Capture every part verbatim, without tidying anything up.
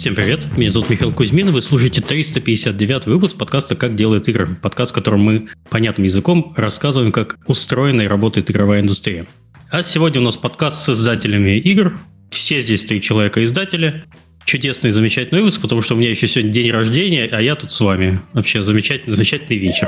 Всем привет, меня зовут Михаил Кузьмин, и вы слушаете триста пятьдесят девятый выпуск подкаста «Как делают игры». Подкаст, в котором мы понятным языком рассказываем, как устроена и работает игровая индустрия. А сегодня у нас подкаст с издателями игр. Все здесь три человека-издатели. Чудесный, замечательный выпуск, потому что у меня еще сегодня день рождения, а я тут с вами. Вообще замечательный, замечательный вечер.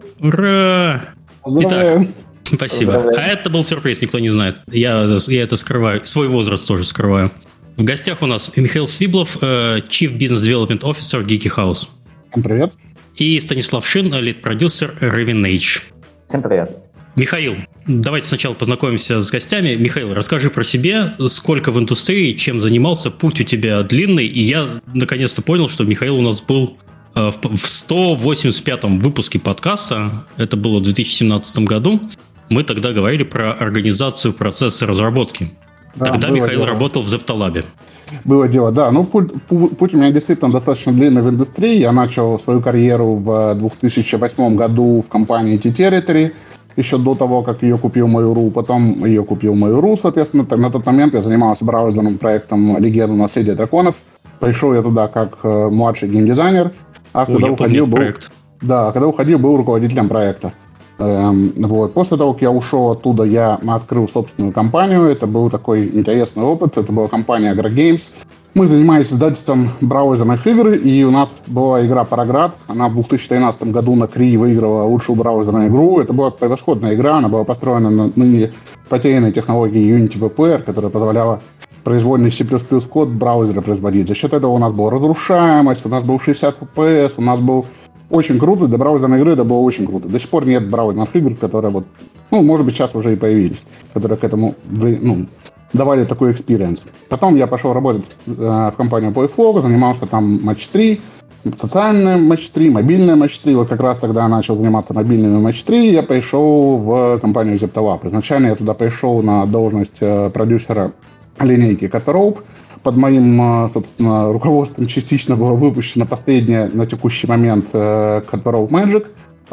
Ура! Итак, спасибо. А это был сюрприз, никто не знает. Я, я это скрываю. Свой возраст тоже скрываю. В гостях у нас Михаил Свиблов, Chief Business Development Officer Geeky House. Всем привет. И Станислав Шин, лид-продюсер Raven Age. Всем привет. Михаил, давайте сначала познакомимся с гостями. Михаил, расскажи про себя, сколько в индустрии, чем занимался, путь у тебя длинный. И я наконец-то понял, что Михаил у нас был в сто восемьдесят пятом выпуске подкаста. Это было в две тысячи семнадцатом году. Мы тогда говорили про организацию процесса разработки. Да, Тогда Михаил дело. работал в Zeptolab. Было дело, да. Ну, путь, путь у меня действительно достаточно длинный в индустрии. Я начал свою карьеру в две тысячи восьмом году в компании T-Territory, еще до того, как ее купил Mail.ru. Потом ее купил Mail.ru, соответственно. На тот момент я занимался браузерным проектом «Легенда наследия драконов». Пришел я туда как младший геймдизайнер. А О, когда уходил, был, проект. да, когда уходил, был руководителем проекта. Эм, вот. После того, как я ушел оттуда, я открыл собственную компанию. Это был такой интересный опыт. Это была компания AgroGames. Мы занимались издательством браузерных игр, и у нас была игра Параград. Она в две тысячи тринадцатом году на Кри выиграла лучшую браузерную игру. Это была превосходная игра. Она была построена на ныне потерянной технологии Unity ви пи ар, которая позволяла произвольный C++ код браузера производить. За счет этого у нас была разрушаемость, у нас был шестьдесят эф пи эс, у нас был очень круто, для браузерной игры это было очень круто. До сих пор нет браузерных игр, которые вот, ну, может быть, сейчас уже и появились, которые к этому, ну, давали такой экспириенс. Потом я пошел работать э, в компанию PlayFlow, занимался там матч три, социальный матч три, мобильный матч три. Вот как раз тогда я начал заниматься мобильными матч три, я пришел в компанию Zeptolab. Изначально я туда пришел на должность э, продюсера линейки Catorope. Под моим, собственно, руководством частично была выпущена последняя на текущий момент Catorope Magic.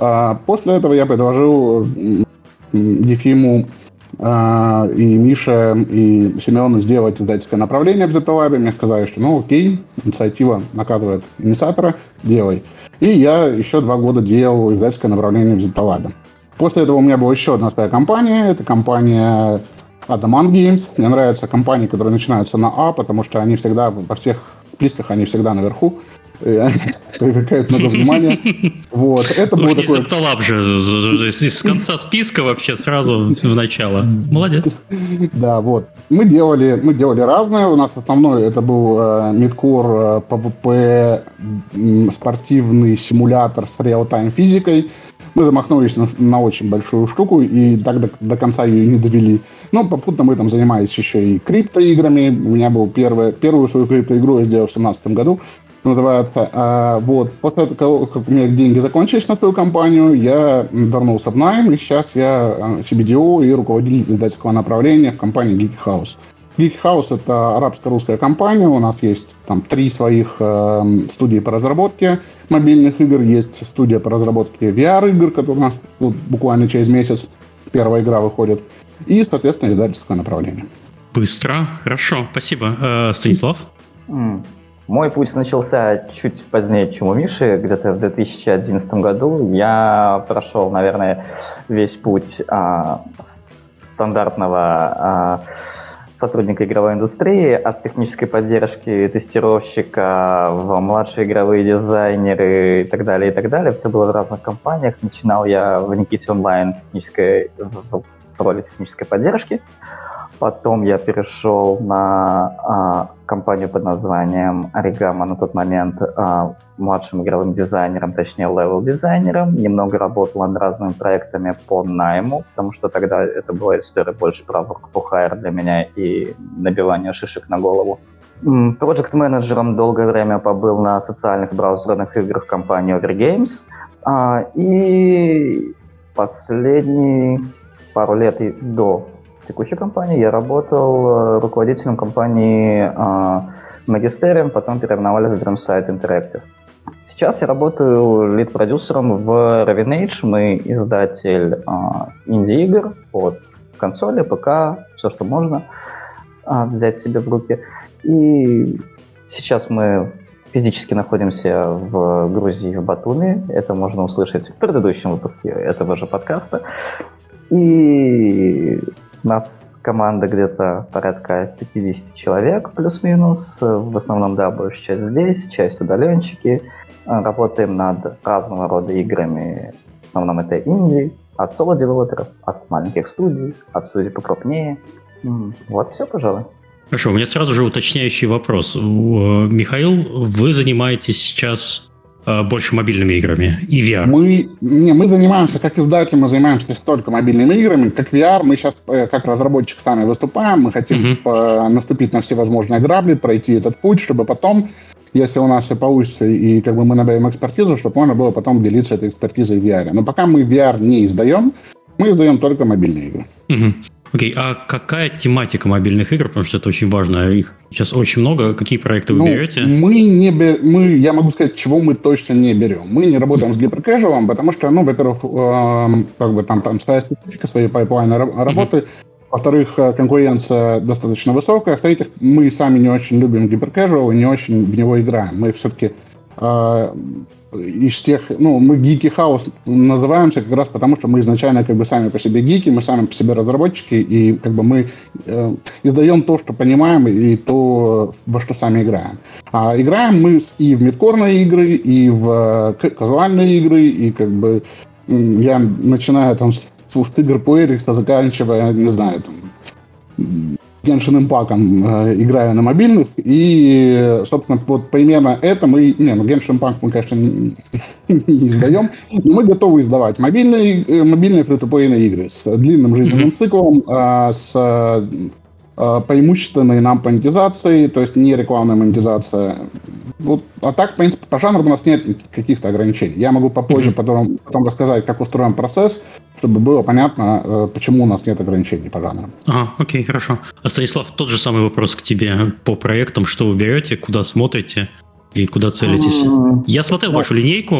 После этого я предложил Ефиму и Мише и Семену сделать издательское направление в Zeptolab. Мне сказали, что ну окей, инициатива наказывает инициатора, делай. И я еще два года делал издательское направление в Zeptolab. После этого у меня была еще одна своя компания. Это компания Adamant Games. Мне нравятся компании, которые начинаются на А, потому что они всегда, во всех списках, они всегда наверху. Привлекают много внимания. Вот. Это был такой... Zeptolab же из конца списка вообще сразу в начало. Молодец. Да, вот. Мы делали, мы делали разное. У нас основной это был э, мидкор, пи ви пи, спортивный симулятор с реал-тайм физикой. Мы замахнулись на, на очень большую штуку и так до, до конца ее не довели. Но попутно мы там занимались еще и криптоиграми. У меня был первый, первую свою криптоигру я сделал в две тысячи семнадцатом году. Называется. А, вот. После того, как у меня деньги закончились на свою компанию, я вернулся в найм, и сейчас я си би ди о и руководитель издательского направления в компании Geeky House. Geeky House — это арабско-русская компания. У нас есть там три своих э, студии по разработке мобильных игр. Есть студия по разработке ви ар-игр, которая у нас вот, буквально через месяц первая игра выходит. И, соответственно, издательское направление. Быстро. Хорошо. Спасибо. Э, Станислав? Mm. Мой путь начался чуть позднее, чем у Миши, где-то в две тысячи одиннадцатом году. Я прошел, наверное, весь путь а, стандартного а, сотрудника игровой индустрии, от технической поддержки тестировщика в младшие игровые дизайнеры и так далее, и так далее. Все было в разных компаниях. Начинал я в Никите Онлайн технической, в роли технической поддержки. Потом я перешел на а, компанию под названием Origama, на тот момент а, младшим игровым дизайнером, точнее левел-дизайнером. Немного работал над разными проектами по найму, потому что тогда это была история больше про work-for-hire для меня и набивание шишек на голову. Проджект-менеджером долгое время побыл на социальных браузерных играх компании Overgames. А, и последние пару лет до текущей компании я работал руководителем компании Magisterium, потом переименовали в Dreamside Interactive. Сейчас я работаю лид-продюсером в Raven Age. Мы издатель инди-игр под консоли, ПК, все, что можно взять себе в руки. И Сейчас мы физически находимся в Грузии, в Батуми. Это можно услышать в предыдущем выпуске этого же подкаста. И у нас команда где-то порядка пятьдесят человек, плюс-минус. В основном, да, большая часть здесь, часть удаленщики. Работаем над разного рода играми. В основном это инди, от соло-девелоперов, от маленьких студий, от студий покрупнее. Вот все, пожалуй. Хорошо, у меня сразу же уточняющий вопрос. Михаил, вы занимаетесь сейчас больше мобильными играми и ви ар? Мы, не, мы занимаемся, как издатель, мы занимаемся не столько мобильными играми, как ви ар. Мы сейчас, как разработчик, сами выступаем. Мы хотим uh-huh. наступить на все возможные грабли, пройти этот путь, чтобы потом, если у нас все получится, и как бы мы наберем экспертизу, чтобы можно было потом делиться этой экспертизой в ви ар. Но пока мы ви ар не издаем, мы издаем только мобильные игры. Uh-huh. Окей, okay. А какая тематика мобильных игр? Потому что это очень важно. Их сейчас очень много. Какие проекты вы ну, берете? Мы не бер... мы, я могу сказать, чего мы точно не берем. Мы не работаем с гиперкэжуалом, потому что, ну, во-первых, э, как бы там, там своя специфика, свои пайплайны работы. Mm-hmm. Во-вторых, конкуренция достаточно высокая. В-третьих, мы сами не очень любим гиперкэжуал и не очень в него играем. Мы все-таки э, из тех, ну, мы Geeky House называемся как раз потому, что мы изначально как бы сами по себе гики, мы сами по себе разработчики, и как бы мы э, издаем то, что понимаем, и то, во что сами играем. А играем мы и в мидкорные игры, и в э, казуальные игры, и как бы э, я начинаю там с, с игр по Эрикса, заканчивая, не знаю, там Genshin Impact э, играю на мобильных, и, собственно, вот примерно это мы... Не, ну Genshin Impact мы, конечно, не, не издаем, но мы готовы издавать мобильные, мобильные фри-то-плейные игры с длинным жизненным циклом, э, с э, преимущественной нам монетизацией, то есть не рекламная монетизация. Вот, а так, в принципе, по жанру у нас нет каких-то ограничений. Я могу попозже mm-hmm. потом, потом рассказать, как устроен процесс, чтобы было понятно, почему у нас нет ограничений по жанрам. Ага, окей, хорошо. А, Станислав, тот же самый вопрос к тебе по проектам. Что вы берете, куда смотрите и куда целитесь? Mm-hmm. Я смотрел вашу линейку,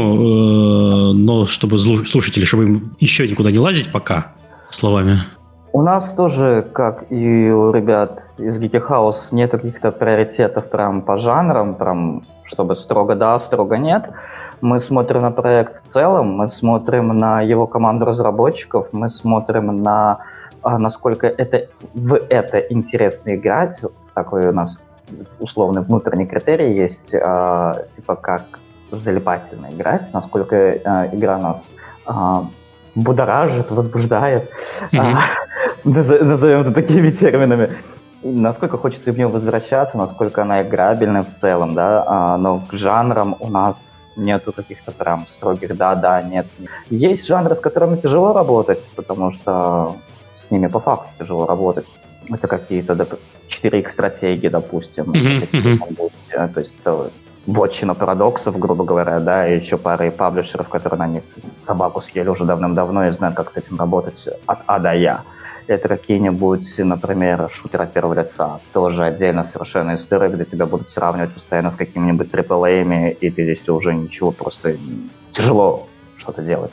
но чтобы слушатели, чтобы им еще никуда не лазить пока, словами. У нас тоже, как и у ребят из Geeky House, нет каких-то приоритетов прям по жанрам, прям чтобы строго да, строго нет. Мы смотрим на проект в целом, мы смотрим на его команду разработчиков, мы смотрим на насколько это в это интересно играть. Такой у нас условный внутренний критерий есть, типа как залипательно играть, насколько игра нас будоражит, возбуждает, mm-hmm. назовем это такими терминами. Насколько хочется в нее возвращаться, насколько она играбельна в целом, да, но к жанрам у нас нету каких-то прям строгих да-да, нет. Есть жанры, с которыми тяжело работать, потому что с ними по факту тяжело работать. Это какие-то четыре икс-стратегии, допустим. Mm-hmm. Mm-hmm. То есть это вотчина парадоксов, грубо говоря, да, и еще пары паблишеров, которые на них собаку съели уже давным-давно и знают, как с этим работать от А до Я. Это какие-нибудь, например, шутер от первого лица. Тоже отдельно совершенно история, где тебя будут сравнивать постоянно с какими-нибудь трипл-эйми, и ты, если уже ничего, просто тяжело что-то делать.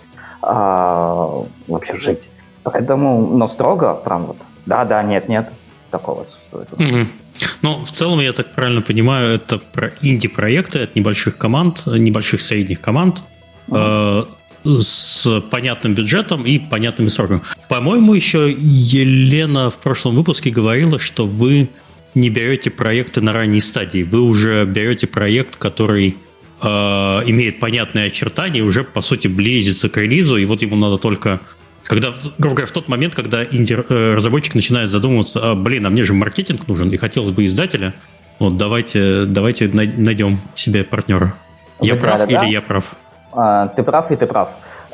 А, вообще жить. Поэтому, но строго, прям вот, да-да, нет-нет, такого отсутствует. Mm-hmm. Ну, в целом, я так правильно понимаю, это про инди-проекты от небольших команд, небольших средних команд, mm-hmm. э, с понятным бюджетом и понятными сроками. По-моему, еще Елена в прошлом выпуске говорила, что вы не берете проекты на ранней стадии. Вы уже берете проект, который э, имеет понятные очертания и уже, по сути, близится к релизу, и вот ему надо только... Когда, грубо говоря, в тот момент, когда инди-разработчик начинает задумываться, а, блин, а мне же маркетинг нужен, и хотелось бы издателя, вот давайте, давайте найдем себе партнера. Я в прав идеале, или да? я прав? А, ты прав, и ты прав.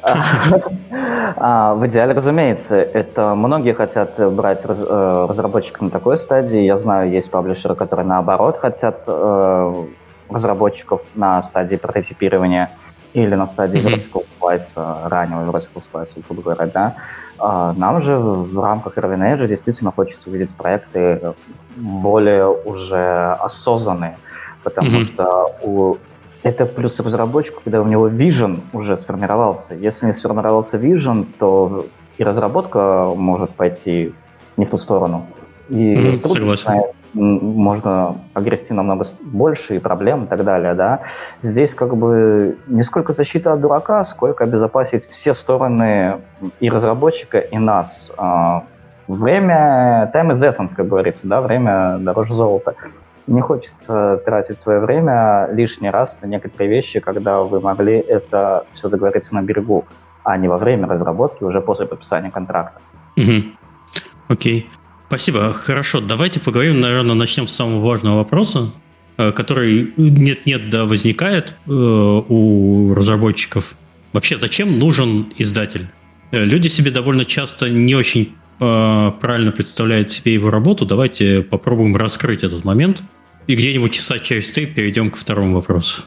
В идеале, разумеется, это многие хотят брать разработчика на такой стадии. Я знаю, есть паблишеры, которые наоборот хотят разработчиков на стадии прототипирования или на стадии mm-hmm. vertical slice, раннего vertical slice, грубо говоря, да. Нам же в рамках Irvine Edge действительно хочется увидеть проекты более уже осознанные, потому mm-hmm. что у... это плюс разработчику, когда у него vision уже сформировался. Если не сформировался vision, то и разработка может пойти не в ту сторону. И mm, трудно, можно огрести намного больше и проблем и так далее, да. Здесь как бы не сколько защита от дурака, сколько обезопасить все стороны и разработчика, и нас. Время, time is essence, как говорится, да, время дороже золота. Не хочется тратить свое время лишний раз на некоторые вещи, когда вы могли это все договориться на берегу, а не во время разработки, уже после подписания контракта. Угу. Окей. Спасибо. Хорошо. Давайте поговорим, наверное, начнем с самого важного вопроса, который нет-нет, да, возникает э, у разработчиков. Вообще, зачем нужен издатель? Люди себе довольно часто не очень э, правильно представляют себе его работу. Давайте попробуем раскрыть этот момент. И где-нибудь часа через три перейдем ко второму вопросу.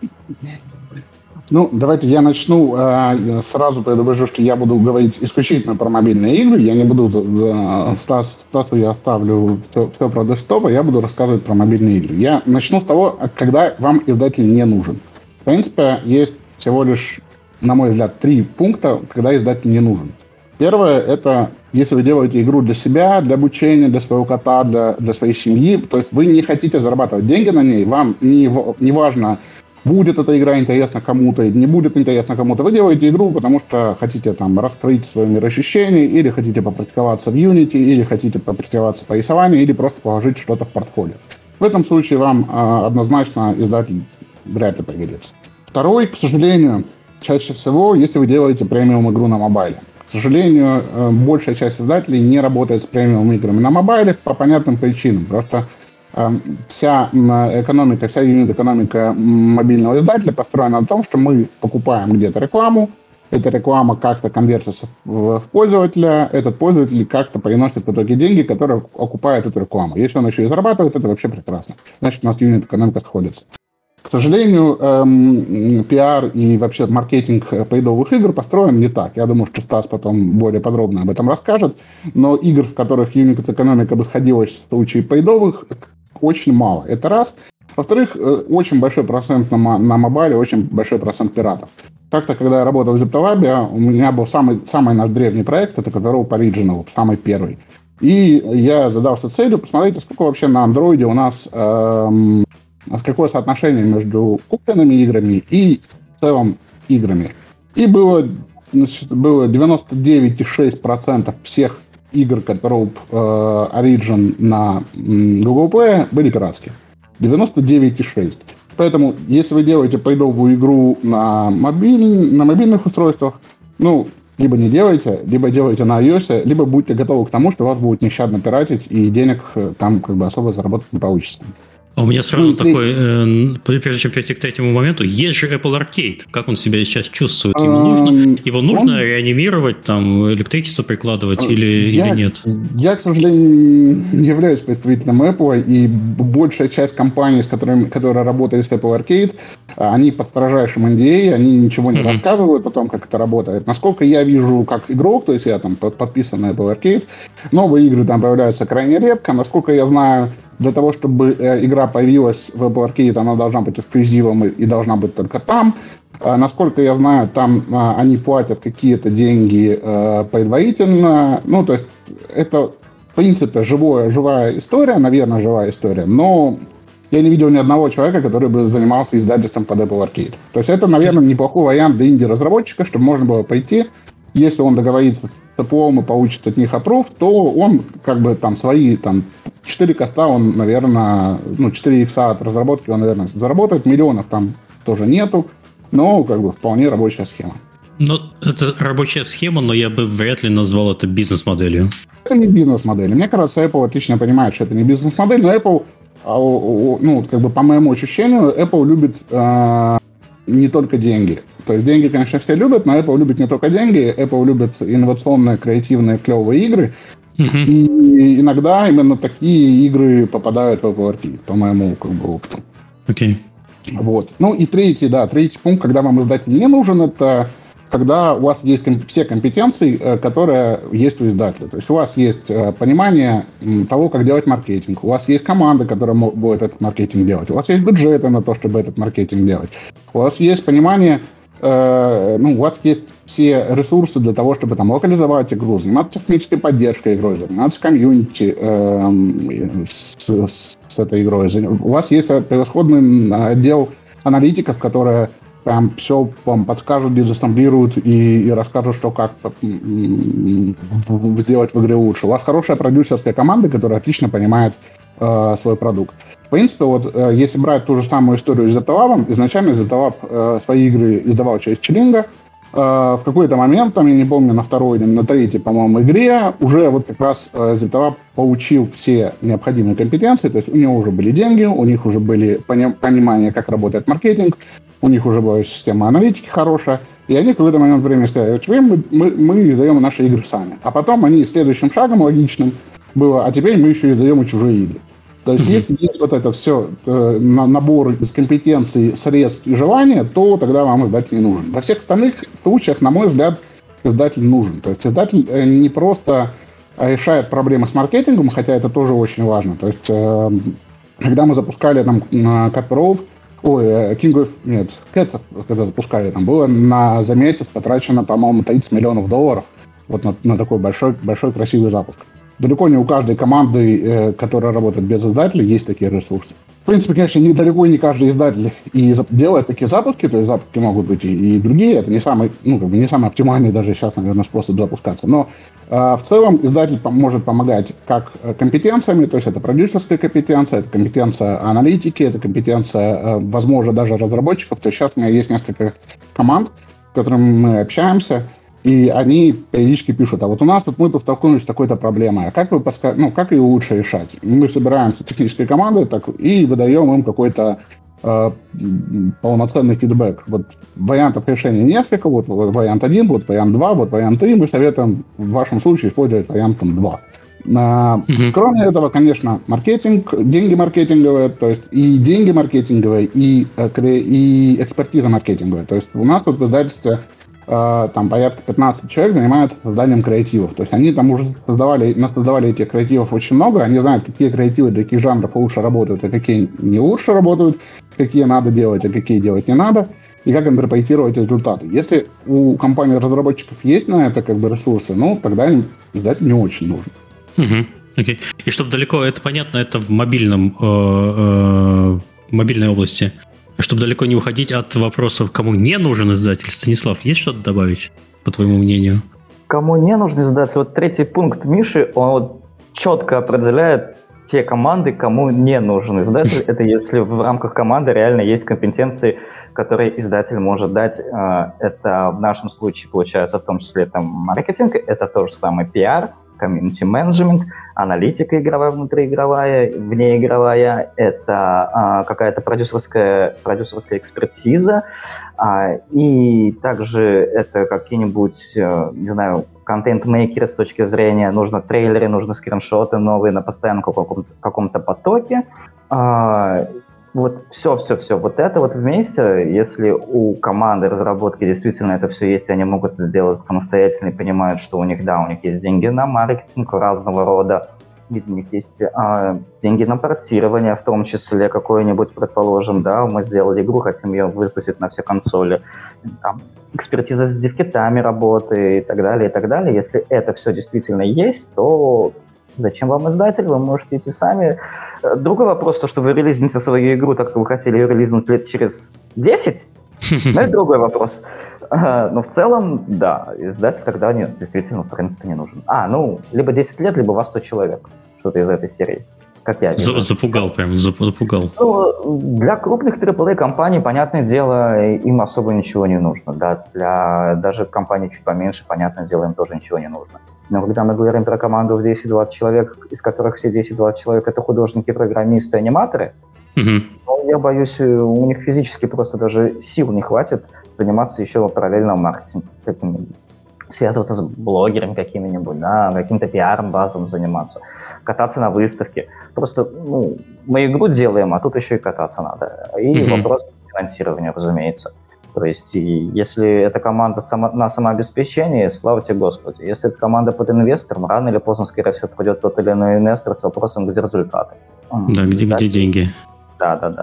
Ну, давайте я начну. Сразу предупрежу, что я буду говорить исключительно про мобильные игры. Я не буду... Стасу я оставлю все, все про десктоп, а я буду рассказывать про мобильные игры. Я начну с того, когда вам издатель не нужен. В принципе, есть всего лишь, на мой взгляд, три пункта, когда издатель не нужен. Первое, это если вы делаете игру для себя, для обучения, для своего кота, для, для своей семьи, то есть вы не хотите зарабатывать деньги на ней, вам не, не важно, будет эта игра интересна кому-то или не будет интересна кому-то. Вы делаете игру, потому что хотите там раскрыть свое мироощущение, или хотите попрактиковаться в Unity, или хотите попрактиковаться по рисованию, или просто положить что-то в портфолио. В этом случае вам э, однозначно издатель вряд ли пригодится. Второй, к сожалению, чаще всего, если вы делаете премиум игру на мобайле. К сожалению, э, большая часть издателей не работает с премиум играми на мобайле по понятным причинам. Просто вся экономика, вся юнит-экономика мобильного издателя построена на том, что мы покупаем где-то рекламу, эта реклама как-то конвертится в пользователя, этот пользователь как-то приносит в итоге деньги, которые окупают эту рекламу. Если он еще и зарабатывает, это вообще прекрасно. Значит, у нас юнит-экономика сходится. К сожалению, эм, пиар и вообще маркетинг пейдовых игр построен не так. Я думаю, что Стас потом более подробно об этом расскажет. Но игр, в которых юнит-экономика бы сходилась в случае пейдовых, очень мало. Это раз. Во-вторых, очень большой процент на, на мобайле, очень большой процент пиратов. Как-то, когда я работал в ZeptoLab, у меня был самый, самый наш древний проект, это который Original, самый первый. И я задался целью посмотреть, сколько вообще на андроиде у нас, эм, какое соотношение между купленными играми и в целом играми. И было, значит, было девяносто девять целых шесть десятых процента всех игр, которые э, Origin на м, Google Play, были пиратские. девяносто девять целых шесть десятых. Поэтому, если вы делаете пейдовую игру на, мобиль, на мобильных устройствах, ну, либо не делайте, либо делайте на iOS, либо будьте готовы к тому, что вас будут нещадно пиратить, и денег там как бы особо заработать не получится. У меня сразу и, такой, э, прежде чем перейти к третьему моменту, есть же Apple Arcade. Как он себя сейчас чувствует? Ему а, нужно, его нужно он... реанимировать, там, электричество прикладывать или, я, или нет? Я, к сожалению, не являюсь представителем Apple, и большая часть компаний, с которыми, которые работают с Apple Arcade, они под строжайшим эн ди эй, они ничего не mm-hmm. рассказывают о том, как это работает. Насколько я вижу как игрок, то есть я там подписан на Apple Arcade, новые игры там появляются крайне редко. Насколько я знаю, для того, чтобы э, игра появилась в Apple Arcade, она должна быть эксклюзивом и, и должна быть только там. Э, насколько я знаю, там э, они платят какие-то деньги э, предварительно. Ну, то есть это, в принципе, живое, живая история, наверное, живая история, но я не видел ни одного человека, который бы занимался издательством под Apple Arcade. То есть это, наверное, неплохой вариант для инди-разработчика, чтобы можно было пойти. Если он договорится с Apple и получит от них аппрув, то он как бы там свои там четыре коста, он, наверное, ну, четыре икса от разработки он, наверное, заработает. Миллионов там тоже нету, но как бы вполне рабочая схема. Ну, это рабочая схема, но я бы вряд ли назвал это бизнес-моделью. Это не бизнес-модель. Мне кажется, Apple отлично понимает, что это не бизнес-модель, но Apple, ну, как бы по моему ощущению, Apple любит э, не только деньги. То есть деньги, конечно, все любят, но Apple любит не только деньги, Apple любит инновационные, креативные, клевые игры. Uh-huh. И иногда именно такие игры попадают в Apple Arcade, по моему как бы, опыту. Окей. Okay. Вот. Ну и третий, да, третий пункт, когда вам издатель не нужен, это когда у вас есть все компетенции, которые есть у издателя. То есть у вас есть понимание того, как делать маркетинг, у вас есть команда, которая будет этот маркетинг делать, у вас есть бюджеты на то, чтобы этот маркетинг делать, у вас есть понимание э, ну, у вас есть все ресурсы для того, чтобы там локализовать игру, заниматься технической поддержкой игры, заниматься комьюнити э, с, с этой игрой. У вас есть превосходный отдел аналитиков, которые прям все вам подскажут, дизассемблируют и, и расскажут, что как сделать в игре лучше. У вас хорошая продюсерская команда, которая отлично понимает э, свой продукт. В принципе, вот э, если брать ту же самую историю с ZetaLab, изначально ZetaLab э, свои игры издавал через Чилинга. Э, в какой-то момент, там, я не помню, на второй или на третьей, по-моему, игре уже вот как раз э, ZetaLab получил все необходимые компетенции, то есть у него уже были деньги, у них уже были пони- понимание, как работает маркетинг, у них уже была система аналитики хорошая, и они в какой-то момент времени сказали, теперь мы, мы, мы издаем наши игры сами. А потом они следующим шагом логичным было, а теперь мы еще издаем и чужие игры. То есть, mm-hmm. если есть вот это все, э, набор из компетенций, средств и желания, то тогда вам издатель не нужен. Во всех остальных случаях, на мой взгляд, издатель нужен. То есть, издатель э, не просто решает проблемы с маркетингом, хотя это тоже очень важно. То есть, э, когда мы запускали там Cutthroat, ой, King of... Нет, Cats, когда запускали, там было на, за месяц потрачено, по-моему, тридцать миллионов долларов вот на, на такой большой, большой красивый запуск. Далеко не у каждой команды, э, которая работает без издателя, есть такие ресурсы. В принципе, конечно, не, далеко не каждый издатель и делает такие запуски, то есть запуски могут быть и, и другие, это не самый, ну, как бы не самый оптимальный даже сейчас, наверное, способ запускаться. Но э, в целом издатель пом- может помогать как компетенциями, то есть это продюсерская компетенция, это компетенция аналитики, это компетенция, э, возможно, даже разработчиков. То есть сейчас у меня есть несколько команд, с которыми мы общаемся, и они периодически пишут, а вот у нас тут мы тут столкнулись с такой-то проблемой, а как вы подскажете, ну, как ее лучше решать? Мы собираемся технической командой так, и выдаем им какой-то э, полноценный фидбэк. Вот вариантов решения несколько, вот, вот вариант один, вот вариант два, вот вариант три, мы советуем в вашем случае использовать вариант два. А, mm-hmm. Кроме этого, конечно, маркетинг, деньги маркетинговые, то есть и деньги маркетинговые, и, и экспертиза маркетинговая. То есть у нас тут в издательстве там порядка пятнадцать человек занимаются созданием креативов. То есть они там уже создавали, создавали этих креативов очень много, они знают, какие креативы для каких жанров лучше работают, а какие не лучше работают, какие надо делать, а какие делать не надо, и как интерпретировать результаты. Если у компаний-разработчиков есть на это как бы ресурсы, ну, тогда им издатель не очень нужен. Угу. Окей. И чтобы далеко, это понятно, это в мобильном, э, э, мобильной области. Чтобы далеко не уходить от вопросов, кому не нужен издатель. Станислав, есть что-то добавить, по твоему мнению? Кому не нужен издатель? Вот третий пункт Миши, он вот четко определяет те команды, кому не нужен издатель. Это если в рамках команды реально есть компетенции, которые издатель может дать. Это в нашем случае получается в том числе там маркетинг, это то же самое пиар, комьюнити-менеджмент, аналитика игровая, внутриигровая, внеигровая, это а, какая-то продюсерская, продюсерская экспертиза, а, и также это какие-нибудь, не знаю, контент-мейкеры с точки зрения, нужно трейлеры, нужны скриншоты новые на постоянном каком-то, каком-то потоке. А, вот все-все-все, вот это вот вместе, если у команды разработки действительно это все есть, они могут это делать самостоятельно и понимают, что у них, да, у них есть деньги на маркетинг разного рода, у них есть а, деньги на портирование, в том числе какое-нибудь, предположим, да, мы сделали игру, хотим ее выпустить на все консоли, там, экспертиза с дивкитами работы и так далее, и так далее. Если это все действительно есть, то зачем вам издатель, вы можете идти сами. Другой вопрос, то, что вы релизните свою игру так, как вы хотели ее релизнуть лет через десять, но это другой вопрос. Но в целом, да, издатель тогда нет, действительно, в принципе, не нужен. А, ну, либо десять лет, либо у вас сто человек, что-то из этой серии. Как я вижу. Запугал прям, запугал. Ну, для крупных три эй компаний, понятное дело, им особо ничего не нужно. Да? Для даже компаний чуть поменьше, понятное дело, им тоже ничего не нужно. Но когда мы говорим про команду в десять-двадцать человек, из которых все десять-двадцать человек — это художники, программисты, аниматоры, mm-hmm. ну, я боюсь, у них физически просто даже сил не хватит заниматься еще параллельным маркетингом, связываться с блогерами какими-нибудь, да, каким-то пиаром базовым заниматься, кататься на выставке. Просто, ну, мы игру делаем, а тут еще и кататься надо. И mm-hmm. вопрос финансирования, разумеется. То есть, если эта команда само, на самообеспечении, слава тебе Господи. Если это команда под инвестором, рано или поздно, скорее всего, придет тот или иной инвестор с вопросом, где результаты. Да, где, где деньги. Да, да, да.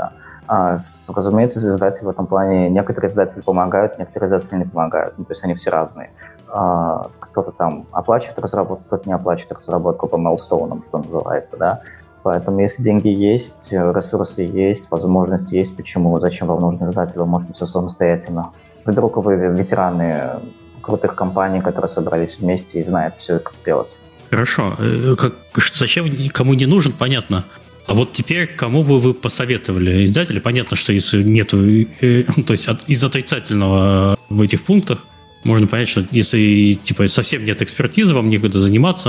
А, разумеется, издатели в этом плане, некоторые издатели помогают, некоторые издатели не помогают. Ну, то есть они все разные. А, кто-то там оплачивает разработку, кто-то не оплачивает разработку по майлстоунам, что называется, да. Поэтому если деньги есть, ресурсы есть, возможности есть, почему, зачем вам нужен издатель, вы можете все самостоятельно. Вдруг вы ветераны крутых компаний, которые собрались вместе и знают все, как делать. Хорошо. Как, зачем кому не нужен, понятно. А вот теперь кому бы вы посоветовали издатели? Понятно, что если нету, э, то есть от, из отрицательного в этих пунктах можно понять, что если типа совсем нет экспертизы, вам некогда заниматься.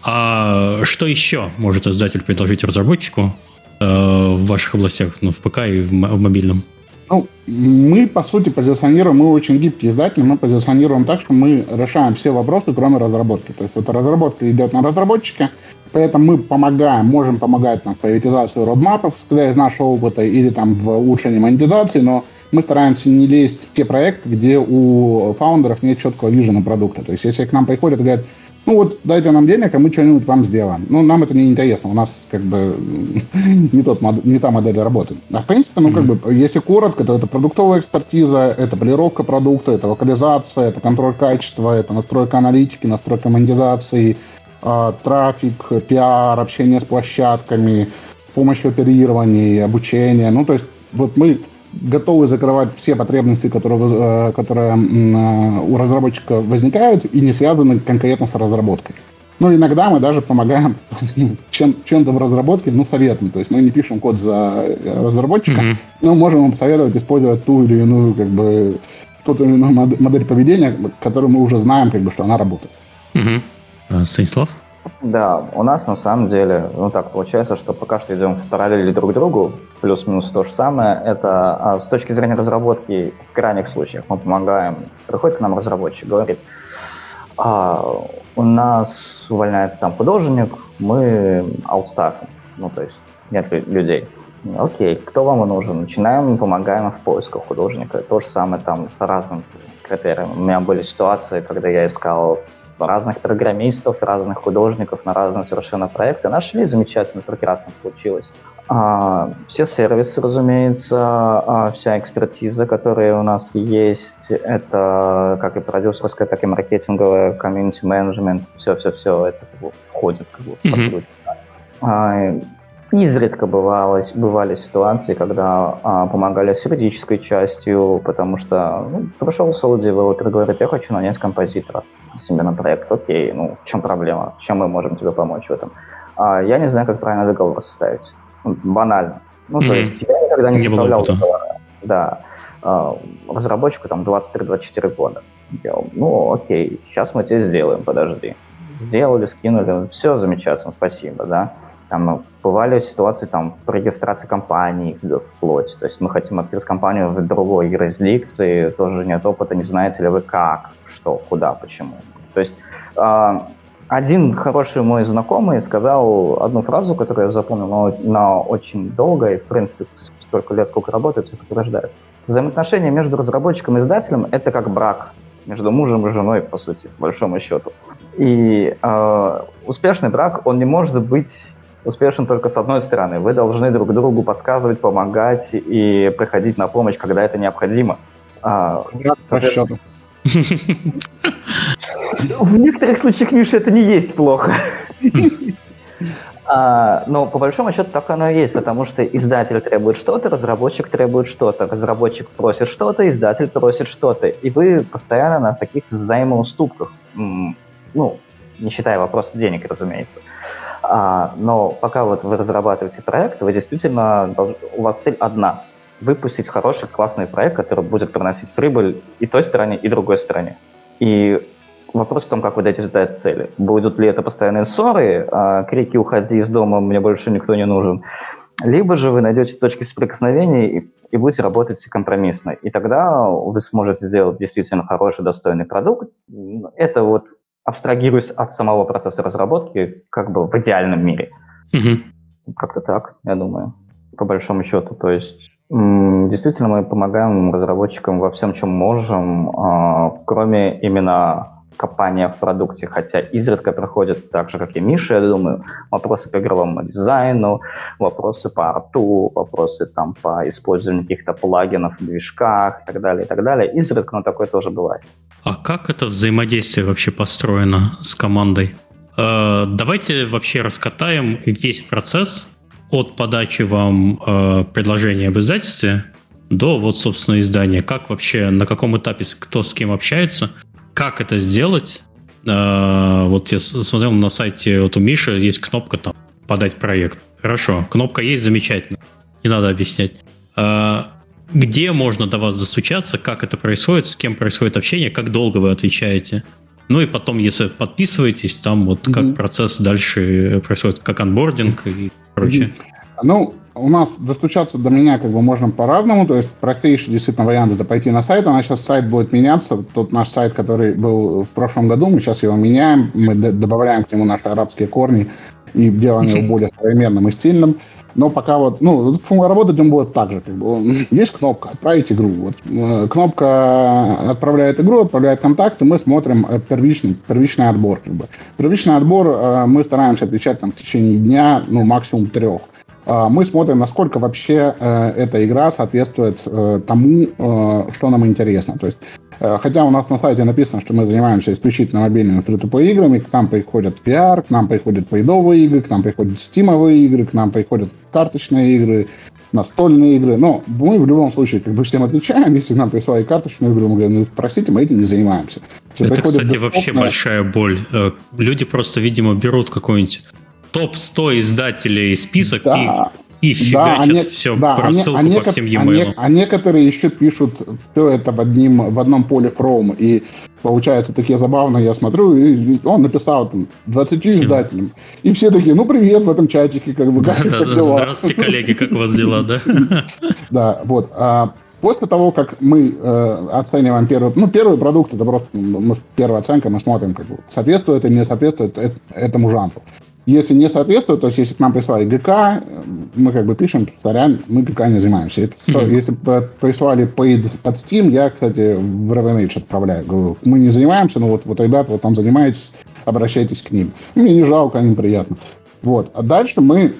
А что еще может издатель предложить разработчику э, в ваших областях, ну, в ПК и в, м- в мобильном? Ну, мы, по сути, позиционируем, мы очень гибкий издатель, мы позиционируем так, что мы решаем все вопросы, кроме разработки. То есть вот разработка идет на разработчике, поэтому мы помогаем, можем помогать там, в приоритизации родмапов, исходя из нашего опыта, или там в улучшении монетизации, но мы стараемся не лезть в те проекты, где у фаундеров нет четкого вижена продукта. То есть если к нам приходят и говорят, ну вот, дайте нам денег, а мы что-нибудь вам сделаем. Ну, нам это не интересно, у нас как бы не, тот, не та модель работы. А в принципе, ну, как бы, если коротко, то это продуктовая экспертиза, это полировка продукта, это локализация, это контроль качества, это настройка аналитики, настройка монетизации, э, трафик, пиар, общение с площадками, помощь в оперировании, обучение. Ну, то есть, вот мы готовы закрывать все потребности, которые, которые у разработчика возникают и не связаны конкретно с разработкой. Но иногда мы даже помогаем чем, чем-то в разработке, ну, советом. То есть мы не пишем код за разработчика, mm-hmm. но можем ему посоветовать использовать ту или иную, как бы, ту или иную модель поведения, которую мы уже знаем, как бы, что она работает. Mm-hmm. А, Станислав? Да, у нас на самом деле, ну так получается, что пока что идем в параллели друг к другу, плюс-минус то же самое. Это а, с точки зрения разработки, в крайних случаях мы помогаем. Приходит к нам разработчик, говорит, а, у нас увольняется там художник, мы аутстафим, ну то есть нет людей. Окей, кто вам нужен? Начинаем, помогаем в поисках художника. То же самое там по разным критериям. У меня были ситуации, когда я искал разных программистов, разных художников на разные совершенно проекты. Нашли, замечательно, прекрасно получилось. А, все сервисы, разумеется, а, вся экспертиза, которая у нас есть, это как и продюсерская, так и маркетинговая, комьюнити-менеджмент, все-все-все это как бы, входит как бы, mm-hmm. а, изредка бывало, бывали ситуации, когда а, помогали с юридической частью, потому что ну, пришел соло-девелопер, говорит, я хочу нанять композитора себе на проект. Окей, ну в чем проблема? Чем мы можем тебе помочь в этом? А, я не знаю, как правильно договор составить. Ну, банально. Ну, mm-hmm. то есть я никогда не, не составлял договора. Да. А, разработчику там двадцать три - двадцать четыре года. Делал. Ну, окей, сейчас мы тебе сделаем, подожди. Сделали, скинули, все замечательно, спасибо, да. Там бывали ситуации там по регистрации компании вплоть. То есть мы хотим открыть компанию в другой юрисдикции, тоже нет опыта, не знаете ли вы как, что, куда, почему. То есть э, один хороший мой знакомый сказал одну фразу, которую я запомнил на, на очень долго, и в принципе столько лет, сколько работает, все подтверждает. Взаимоотношения между разработчиком и издателем – это как брак между мужем и женой, по сути, по большому счету. И э, успешный брак, он не может быть успешен только с одной стороны. Вы должны друг другу подсказывать, помогать и приходить на помощь, когда это необходимо. А, по счету. В некоторых случаях, Миша, это не есть плохо. а, но по большому счету так оно и есть, потому что издатель требует что-то, разработчик требует что-то, разработчик просит что-то, издатель просит что-то. И вы постоянно на таких взаимоуступках. Ну, не считая вопроса денег, разумеется. А, но пока вот вы разрабатываете проект, вы действительно должны, у вас цель одна – выпустить хороший, классный проект, который будет приносить прибыль и той стороне, и другой стороне. И вопрос в том, как вы дойдете до этой цели. Будут ли это постоянные ссоры, а, крики «уходи из дома, мне больше никто не нужен», либо же вы найдете точки соприкосновения и, и будете работать компромиссно. И тогда вы сможете сделать действительно хороший, достойный продукт. Это вот абстрагируясь от самого процесса разработки, как бы в идеальном мире. Mm-hmm. Как-то так, я думаю, по большому счету. То есть, м- действительно, мы помогаем разработчикам во всем, чем можем, а, кроме именно копания в продукте, хотя изредка проходят так же, как и Миша, я думаю, вопросы по игровому дизайну, вопросы по арту, вопросы там по использованию каких-то плагинов в движках и так далее, и так далее. Изредка, но такое тоже бывает. А как это взаимодействие вообще построено с командой? Э, давайте вообще раскатаем весь процесс от подачи вам э, предложения об издательстве до вот, собственно, издания. Как вообще, на каком этапе кто с кем общается? Как это сделать? Вот я смотрел на сайте, вот у Миши есть кнопка там «Подать проект». Хорошо, кнопка есть, замечательно. Не надо объяснять. Где можно до вас достучаться? Как это происходит? С кем происходит общение? Как долго вы отвечаете? Ну и потом, если подписываетесь, там вот mm-hmm. как процесс дальше происходит, как онбординг и прочее. Mm-hmm. Ну, у нас достучаться до меня как бы можно по-разному, то есть простейший действительно вариант это пойти на сайт, у нас сейчас сайт будет меняться, тот наш сайт, который был в прошлом году, мы сейчас его меняем, мы д- добавляем к нему наши арабские корни и делаем его более современным и стильным, но пока вот, ну, работать он будет так же, как бы, есть кнопка «Отправить игру», вот, кнопка «Отправляет игру», отправляет контакты, мы смотрим первичный, первичный отбор, как бы. Первичный отбор мы стараемся отвечать там в течение дня, ну, максимум трех. Мы смотрим, насколько вообще э, эта игра соответствует э, тому, э, что нам интересно. То есть, э, хотя у нас на сайте написано, что мы занимаемся исключительно мобильными фри-то-плей играми, к нам приходят ви ар, к нам приходят пейдовые игры, к нам приходят стимовые игры, к нам приходят карточные игры, настольные игры. Но мы в любом случае как бы всем отвечаем. Если нам присылают карточную игру, мы говорим, ну, простите, мы этим не занимаемся. Если это, кстати, доступно... вообще большая боль. Люди просто, видимо, берут какой-нибудь топ сто издателей список да, и, и фигачат да, а все да, по рассылку а не, по всем e-mail. А, а некоторые еще пишут все это в, одним, в одном поле from. И получается такие забавно, я смотрю, и он написал там двадцати издателям. И все такие, ну привет в этом чатике, как бы, как, да, как да, дела? Здравствуйте, коллеги, как у вас дела, да? Да, вот. После того, как мы э, оцениваем первый, ну, первый продукт, это просто мы, первая оценка, мы смотрим, как бы, соответствует или не соответствует этому жанру. Если не соответствует, то есть если к нам прислали ГК, мы как бы пишем, сорян, мы ГК не занимаемся. Mm-hmm. Если прислали paid от Steam, я, кстати, в Ravenage отправляю. Говорю, мы не занимаемся, но вот, вот ребята, вот там занимаетесь, обращайтесь к ним. Мне не жалко, им приятно. Вот. А дальше мы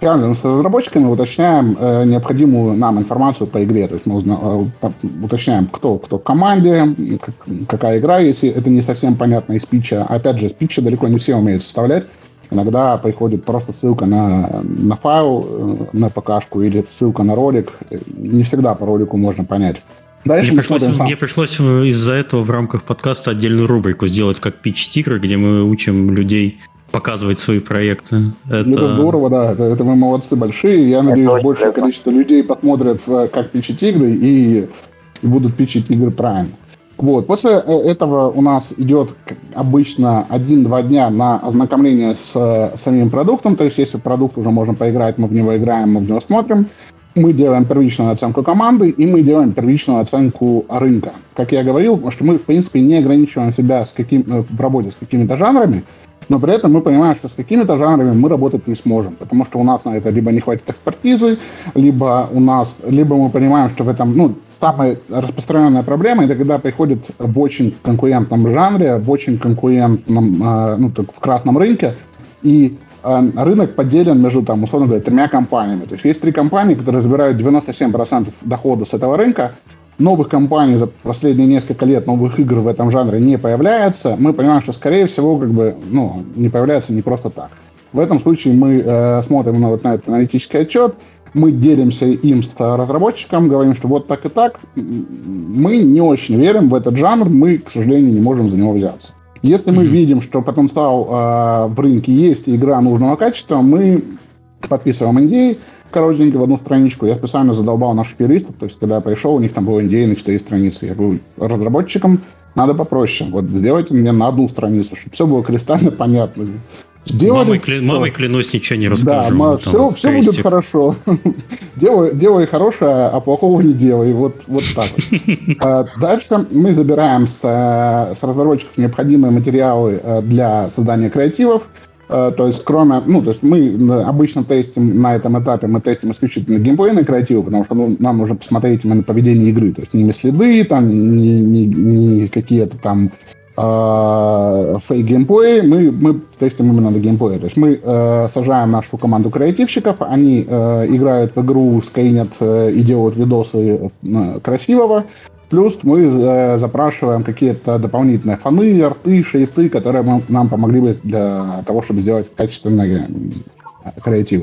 с разработчиками уточняем э, необходимую нам информацию по игре. То есть мы узна, э, уточняем, кто, кто в команде, как, какая игра, если это не совсем понятно из питча. Опять же, питча далеко не все умеют составлять. Иногда приходит просто ссылка на, на файл, на ПК-шку или ссылка на ролик. Не всегда по ролику можно понять. Дальше мне, пришлось, мне пришлось из-за этого в рамках подкаста отдельную рубрику сделать, как питч тигры, где мы учим людей показывать свои проекты. Это, это здорово, да. Это, это вы молодцы большие. Я надеюсь, это большее количество людей посмотрят, как питчить игры и, и будут питчить игры правильно. Вот. После этого у нас идет обычно один-два дня на ознакомление с, с самим продуктом. То есть, если продукт уже можно поиграть, мы в него играем, мы в него смотрим. Мы делаем первичную оценку команды и мы делаем первичную оценку рынка. Как я говорил, что мы, в принципе, не ограничиваем себя с каким, в работе с какими-то жанрами, но при этом мы понимаем, что с какими-то жанрами мы работать не сможем, потому что у нас на это либо не хватит экспертизы, либо у нас, либо мы понимаем, что в этом, ну, самая распространенная проблема, это когда приходит в очень конкурентном жанре, в очень конкурентном, э, ну, так, в красном рынке, и э, рынок поделен между, там, условно говоря, тремя компаниями. То есть есть три компании, которые забирают девяносто семь процентов дохода с этого рынка. Новых компаний за последние несколько лет, новых игр в этом жанре не появляется. Мы понимаем, что, скорее всего, как бы, ну, не появляется не просто так. В этом случае мы э, смотрим на, вот, на этот аналитический отчет, мы делимся им с разработчиком, говорим, что вот так и так. Мы не очень верим в этот жанр, мы, к сожалению, не можем за него взяться. Если мы mm-hmm. видим, что потенциал э, в рынке есть и игра нужного качества, мы подписываем эн ди эй, коротенько в одну страничку. Я специально задолбал наших юристов, то есть когда я пришел, у них там был эн ди эй на четыре страницы. Я говорю, разработчикам надо попроще. Вот сделайте мне на одну страницу, чтобы все было кристально понятно. Сделали, мамой, кля... мамой клянусь, ничего не расскажу. Да, ма... все, все будет хорошо. делай, делай хорошее, а плохого не делай. Вот, вот так вот. Дальше мы забираем с, с разработчиков необходимые материалы для создания креативов. То есть, кроме, ну, то есть мы обычно тестим на этом этапе, мы тестим исключительно геймплейные креативы, потому что ну, нам нужно посмотреть именно поведение игры. То есть не следы, там, не, не, не какие-то там фейк-геймплей, мы, мы тестим именно на геймплее. То есть мы э, сажаем нашу команду креативщиков, они э, играют в игру, скринят э, и делают видосы э, красивого. Плюс мы э, запрашиваем какие-то дополнительные фоны, арты, шрифты, которые мы, нам помогли бы для того, чтобы сделать качественные креативы.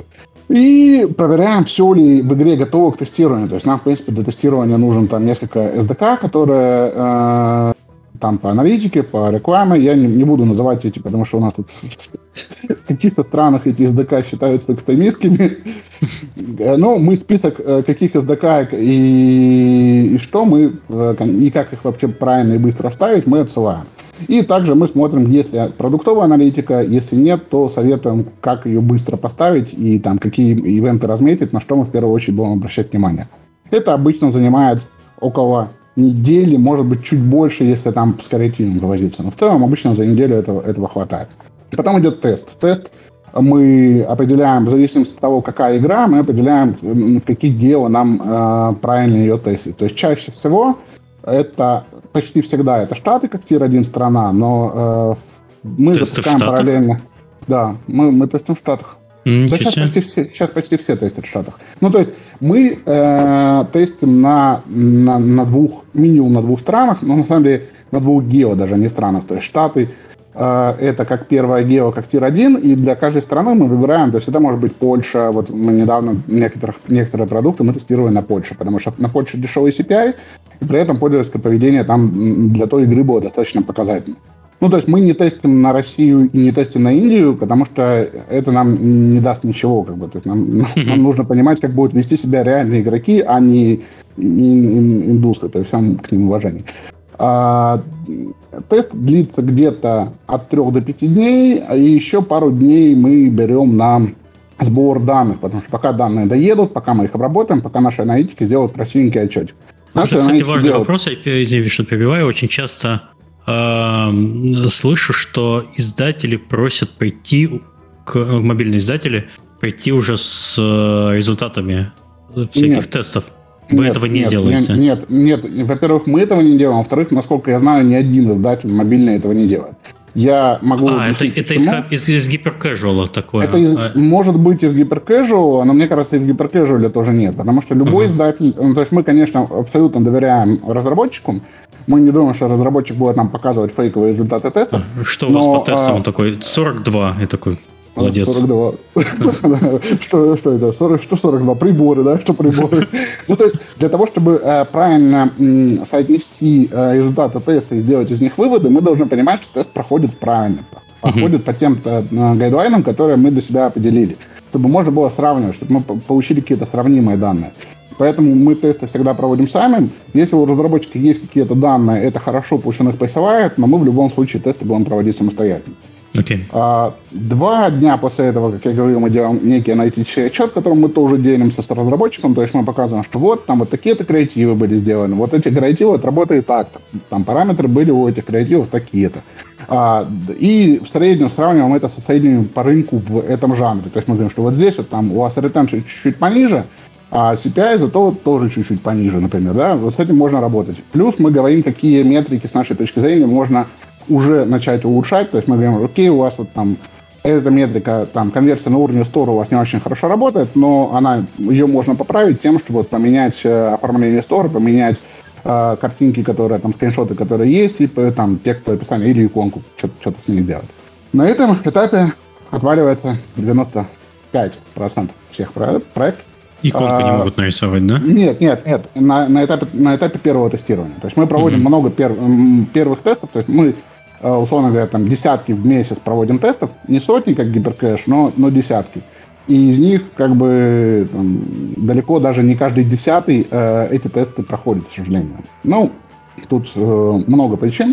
И проверяем, все ли в игре готово к тестированию. То есть нам, в принципе, для тестирования нужен там несколько эс ди кей, которые э, там по аналитике, по рекламе. Я не, не буду называть эти, потому что у нас тут в каких-то странах эти эс ди кей считаются экстремистскими. Но мы список каких эс ди кей и, и что мы, и как их вообще правильно и быстро вставить, мы отсылаем. И также мы смотрим, если продуктовая аналитика, если нет, то советуем, как ее быстро поставить и там какие ивенты разметить, на что мы в первую очередь будем обращать внимание. Это обычно занимает около недели, может быть, чуть больше, если там с креативом завозиться. Но в целом обычно за неделю этого, этого хватает. Потом идет тест. Тест мы определяем, в зависимости от того, какая игра, мы определяем, в какие гео нам э, правильно ее тестить. То есть чаще всего это почти всегда это Штаты, как тир один страна, но э, мы Тесты запускаем параллельно. Да, мы, мы тестим в Штатах. Да, сейчас, почти все, сейчас почти все тестят в Штатах. Ну, то есть мы э, тестим на, на, на двух, минимум на двух странах, но на самом деле на двух гео даже, не странах. То есть Штаты э, это как первое гео, как тир один, и для каждой страны мы выбираем, то есть это может быть Польша, вот мы недавно некоторых, некоторые продукты мы тестировали на Польше, потому что на Польше дешевый си пи ай, и при этом пользовательское поведение там для той игры было достаточно показательным. Ну, то есть мы не тестим на Россию и не тестим на Индию, потому что это нам не даст ничего. Как бы. То есть нам, нам нужно понимать, как будут вести себя реальные игроки, а не, не индусы. То есть всем к ним уважение. А, тест длится где-то от трех до пяти дней, и еще пару дней мы берем на сбор данных, потому что пока данные доедут, пока мы их обработаем, пока наши аналитики сделают красивенький отчетик. Это, кстати, важный делают... вопрос, я, извините, что перебиваю, очень часто э, слышу, что издатели просят прийти, к, мобильные издатели, прийти уже с результатами всяких нет. тестов. Вы нет, этого не нет, делаете? Нет, нет, нет. Во-первых, мы этого не делаем. Во-вторых, насколько я знаю, ни один издатель мобильный этого не делает. Я могу... А, это, это из, из, из гиперкэжуала такое? Это из, а... может быть из гиперкэжуала, но мне кажется, из гиперкэжуала тоже нет. Потому что любой uh-huh. издатель... Ну, то есть мы, конечно, абсолютно доверяем разработчику. Мы не думаем, что разработчик будет нам показывать фейковые результаты тестов. Что у вас по тестам? А... Он такой сорок два. Я такой... Молодец. сорок два. что, что это? сорок, что сорок два? Приборы, да? Что приборы? Ну, то есть, для того, чтобы э, правильно м, соотнести э, результаты теста и сделать из них выводы, мы должны понимать, что тест проходит правильно. Проходит uh-huh. по тем э, гайдлайнам, которые мы для себя определили. Чтобы можно было сравнивать, чтобы мы получили какие-то сравнимые данные. Поэтому мы тесты всегда проводим сами. Если у разработчика есть какие-то данные, это хорошо, пусть он их присылает, но мы в любом случае тесты будем проводить самостоятельно. Okay. А, два дня после этого, как я говорил, мы делаем некий аналитический отчет, которым мы тоже делимся с разработчиком, то есть мы показываем, что вот там вот такие-то креативы были сделаны, вот эти креативы отработали так-то, там параметры были у этих креативов такие-то. А, и в среднем сравниваем это со средним по рынку в этом жанре. То есть мы говорим, что вот здесь вот там у вас ретеншн чуть-чуть пониже, а си пи ай зато тоже чуть-чуть пониже, например, да, вот с этим можно работать. Плюс мы говорим, какие метрики с нашей точки зрения можно уже начать улучшать, то есть мы говорим, окей, у вас вот там эта метрика, там, конверсия на уровне стора у вас не очень хорошо работает, но она, ее можно поправить тем, что вот поменять э, оформление стора, поменять э, картинки, которые, там, скриншоты, которые есть, и там текстовое описание, или иконку, что-то, что-то с ней сделать. На этом этапе отваливается девяносто пять процентов всех проектов. Иконку а, не могут нарисовать, да? Нет, нет, нет. На, на, этапе, на этапе первого тестирования. То есть мы проводим mm-hmm. много пер, первых тестов, то есть мы, условно говоря, там десятки в месяц проводим тестов, не сотни, как гиперкэш, но, но десятки. И из них как бы там, далеко даже не каждый десятый э, эти тесты проходят, к сожалению. Ну, тут э, много причин.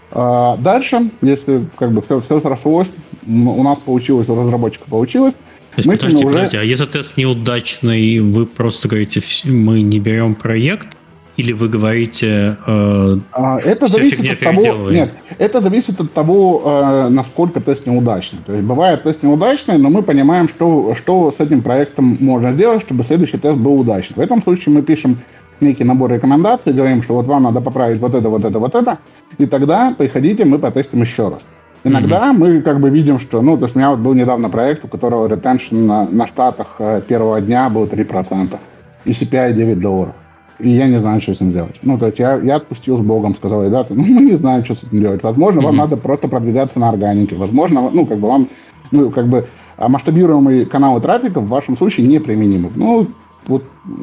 А дальше, если как бы все, все срослось, у нас получилось, у разработчика получилось. То есть, подождите, уже... подождите, а если тест неудачный, вы просто говорите, мы не берем проект, или вы говорите, э, а, это вся зависит фигня от того, нет, это зависит от того, э, насколько тест неудачный. То есть бывает тест неудачный, но мы понимаем, что, что с этим проектом можно сделать, чтобы следующий тест был удачный. В этом случае мы пишем некий набор рекомендаций, говорим, что вот вам надо поправить вот это, вот это, вот это, и тогда приходите, мы потестим еще раз. Иногда mm-hmm. мы как бы видим, что, ну, то есть у меня вот был недавно проект, у которого ретеншн на, на штатах первого дня был три процента, и си пи ай девять долларов. И я не знаю, что с этим делать. Ну, то есть я, я отпустил с Богом, сказал, ребята, ну, мы не знаем, что с этим делать. Возможно, mm-hmm. вам надо просто продвигаться на органике. Возможно, ну, как бы вам, ну, как бы масштабируемые каналы трафика в вашем случае неприменимы. Ну, вот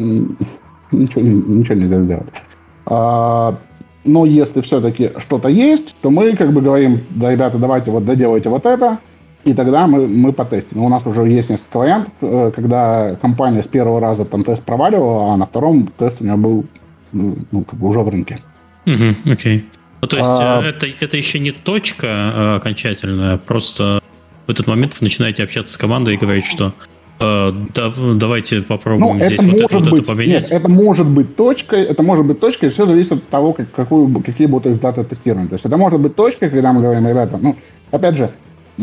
ничего, ничего нельзя сделать. А, но если все-таки что-то есть, то мы как бы говорим, да, ребята, давайте вот доделайте вот это, и тогда мы, мы потестим. У нас уже есть несколько вариантов, когда компания с первого раза там тест проваливала, а на втором тест у нее был, ну, как бы уже в рынке. Окей. Uh-huh, okay. Ну, то есть а... это, это еще не точка а, окончательная, просто в этот момент вы начинаете общаться с командой и говорить, что э, да, давайте попробуем ну, здесь вот это, вот быть, это поменять. Нет, это может быть точкой, это может быть точкой, все зависит от того, как, какую, какие будут результаты тестирования. То есть это может быть точкой, когда мы говорим, ребята, ну, опять же,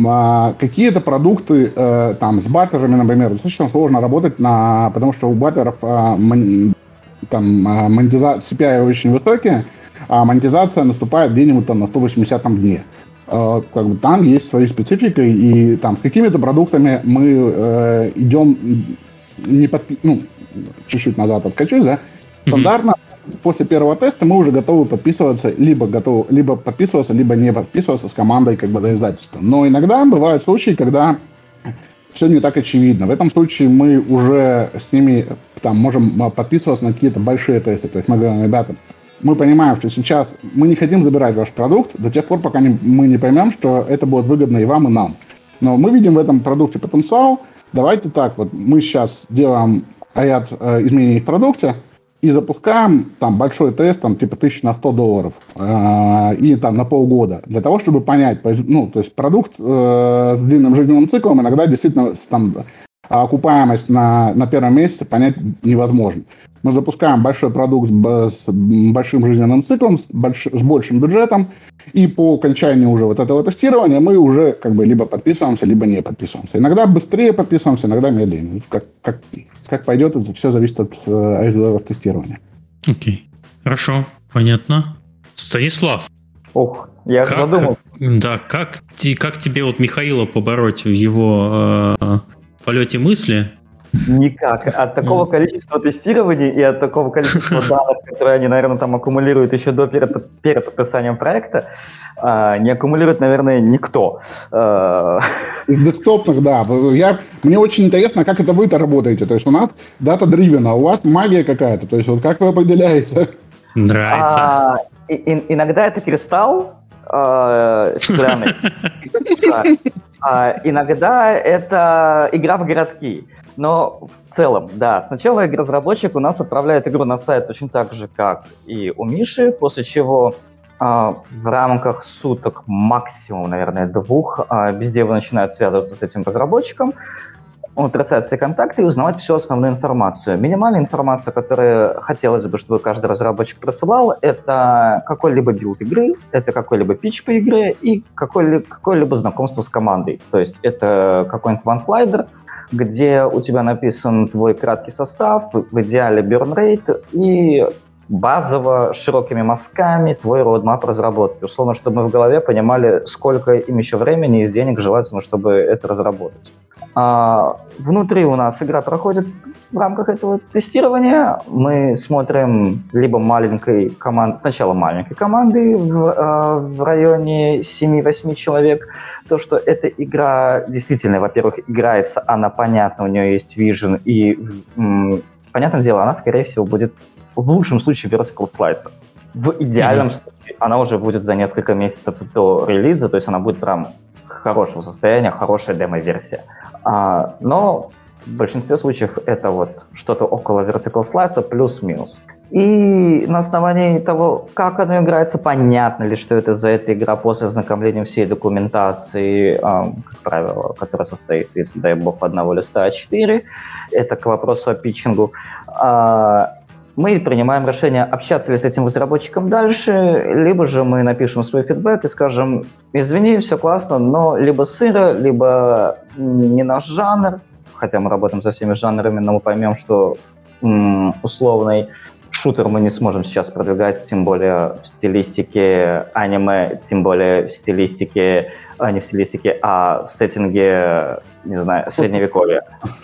какие-то продукты э, там с баттерами, например, достаточно сложно работать, на, потому что у баттеров э, мон, там, монетизация, си пи ай очень высокие, а монетизация наступает где-нибудь там на сто восьмидесятом дне. Э, как бы там есть свои специфики, и там с какими-то продуктами мы э, идем не подпи- ну, чуть-чуть назад откачусь, да, стандартно. Mm-hmm. После первого теста мы уже готовы подписываться, либо готовы, либо подписываться, либо не подписываться с командой как бы до издательства. Но иногда бывают случаи, когда все не так очевидно. В этом случае мы уже с ними там можем подписываться на какие-то большие тесты. То есть мы говорим, ребята, мы понимаем, что сейчас мы не хотим забирать ваш продукт до тех пор, пока не, мы не поймем, что это будет выгодно и вам, и нам. Но мы видим в этом продукте потенциал. Давайте так, вот мы сейчас делаем ряд э, изменений в продукте, и запускаем там большой тест, там типа тысяча на сто долларов, э, и там на полгода, для того, чтобы понять, ну, то есть продукт э, с длинным жизненным циклом иногда действительно там окупаемость на, на первом месяце понять невозможно. Мы запускаем большой продукт с большим жизненным циклом, с, больш, с большим бюджетом, и по окончанию уже вот этого тестирования мы уже как бы либо подписываемся, либо не подписываемся. Иногда быстрее подписываемся, иногда медленнее. Как, как, как пойдет, это все зависит от э, результатов тестирования. Окей. Okay. Хорошо, понятно. Станислав. Ох, я как, задумался. Да, как, как тебе вот Михаила побороть в его э, полете мысли? Никак. От такого количества тестирований и от такого количества данных, которые они, наверное, там аккумулируют еще до перед, перед подписанием проекта, не аккумулирует, наверное, никто. Из десктопных, да. Я, мне очень интересно, как это вы-то работаете. То есть у нас дата-дривен, а у вас магия какая-то. То есть вот как вы определяете? Нравится. А, и, и, иногда это кристалл э, стеклянный. Иногда это игра в городки. Но в целом, да, сначала разработчик у нас отправляет игру на сайт точно так же, как и у Миши, после чего э, в рамках суток, максимум, наверное, двух, э, бездевы начинают связываться с этим разработчиком, он трясает все контакты и узнавать всю основную информацию. Минимальная информация, которую хотелось бы, чтобы каждый разработчик присылал, это какой-либо билд игры, это какой-либо питч по игре и какой-либо, какое-либо знакомство с командой. То есть это какой-нибудь ван-слайдер, где у тебя написан твой краткий состав, в идеале burn rate и базово широкими мазками твой roadmap разработки. Условно, чтобы мы в голове понимали, сколько им еще времени и денег желательно, чтобы это разработать. А внутри у нас игра проходит в рамках этого тестирования. Мы смотрим либо маленькой команды, сначала маленькой команды в, в районе семь-восемь человек, то, что эта игра действительно, во-первых, играется, она понятна, у нее есть vision, и, м, понятное дело, она, скорее всего, будет в лучшем случае vertical slice. В идеальном mm-hmm. случае она уже будет за несколько месяцев до релиза, то есть она будет прям хорошего состояния, хорошая демо-версия. А, но в большинстве случаев это вот что-то около vertical slice плюс-минус. И на основании того, как оно играется, понятно ли, что это за эта игра после ознакомления всей документации, э, как правило, которая состоит из, дай бог, одного листа а четыре, это к вопросу о питчингу, э, мы принимаем решение, общаться ли с этим разработчиком дальше, либо же мы напишем свой фидбэк и скажем, извини, все классно, но либо сыро, либо не наш жанр, хотя мы работаем со всеми жанрами, но мы поймем, что м, условный шутер мы не сможем сейчас продвигать, тем более в стилистике аниме, тем более в стилистике, а не в стилистике, а в сеттинге, не знаю, средневековья.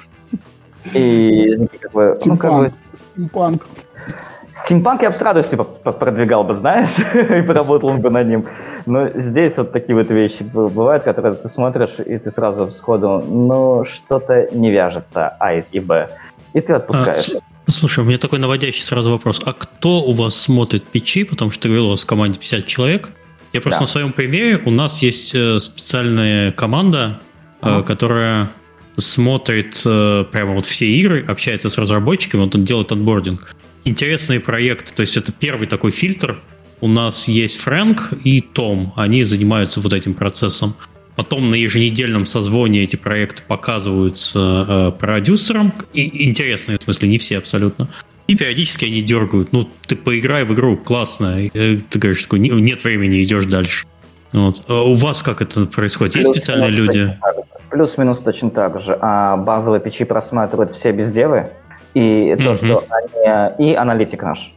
И как бы... Ну, как бы... Стимпанк. Стимпанк я бы с радостью продвигал бы, знаешь, и поработал бы над ним. Но здесь вот такие вот вещи бывают, которые ты смотришь, и ты сразу сходу, ну, что-то не вяжется, А и Б. И ты отпускаешь. А, слушай, у меня такой наводящий сразу вопрос. А кто у вас смотрит питчи? Потому что ты говорил, у вас в команде пятьдесят человек. Я просто да. на своем примере, у нас есть специальная команда, uh-huh. которая смотрит прямо вот все игры, общается с разработчиками, вот он делает онбординг. Интересные проекты, то есть это первый такой фильтр. У нас есть Фрэнк и Том, они занимаются вот этим процессом. Потом на еженедельном созвоне эти проекты показываются э, продюсерам. И, интересные, в смысле, не все абсолютно. И периодически они дергают. Ну, ты поиграй в игру, классно. И, э, ты говоришь, такой, нет времени, идешь дальше. Вот. А у вас как это происходит? Есть специальные люди? Плюс-минус точно так же. А базовые питчи просматривают все бездевы. И mm-hmm. то, что они... И аналитик наш.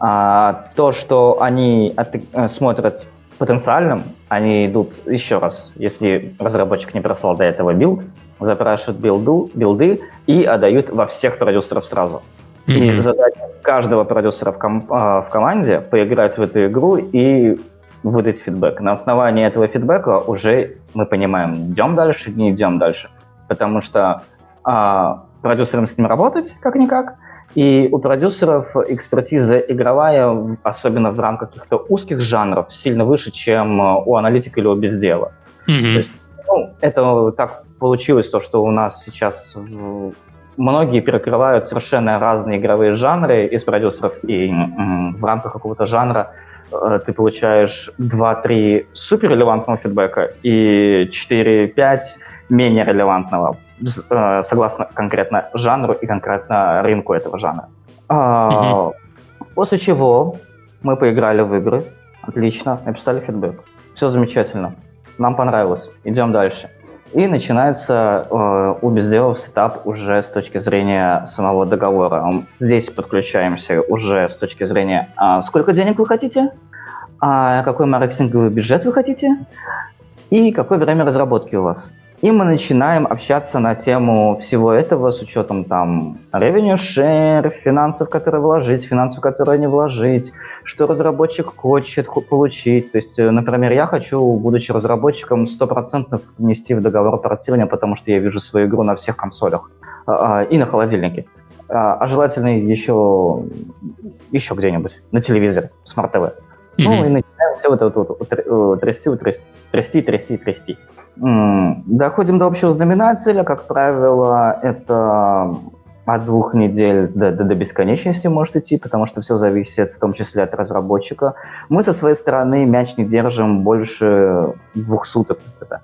А то, что они от, смотрят потенциальным, они идут еще раз, если разработчик не прислал до этого билд, запрашивают билду, билды и отдают во всех продюсеров сразу. Mm-hmm. И задача каждого продюсера в, ком- в команде поиграть в эту игру и выдать фидбэк. На основании этого фидбэка уже мы понимаем, идем дальше, не идем дальше. Потому что а, продюсерам с ним работать как-никак, и у продюсеров экспертиза игровая, особенно в рамках каких-то узких жанров, сильно выше, чем у аналитика или у бездела. Mm-hmm. То есть, ну, это так получилось, то, что у нас сейчас многие перекрывают совершенно разные игровые жанры из продюсеров, и м- в рамках какого-то жанра э, ты получаешь два-три суперрелевантного фидбэка и четыре-пять менее релевантного, согласно конкретно жанру и конкретно рынку этого жанра. Mm-hmm. После чего мы поиграли в игры, отлично, написали фидбэк. Все замечательно, нам понравилось, идем дальше. И начинается э, у безделов сетап уже с точки зрения самого договора. Здесь подключаемся уже с точки зрения, а сколько денег вы хотите, а какой маркетинговый бюджет вы хотите и какое время разработки у вас. И мы начинаем общаться на тему всего этого с учетом там revenue share, финансов, которые вложить, финансов, которые не вложить, что разработчик хочет получить. То есть, например, я хочу, будучи разработчиком, сто процентов внести в договор портирования, потому что я вижу свою игру на всех консолях а, и на холодильнике. А, а желательно еще, еще где-нибудь на телевизоре, смарт-ТВ. Mm-hmm. Ну и начинаем все вот это вот трясти, трясти, трясти, трясти. Доходим до общего знаменателя, как правило, это от двух недель до, до, до бесконечности может идти, потому что все зависит в том числе от разработчика. Мы со своей стороны мяч не держим больше двух суток.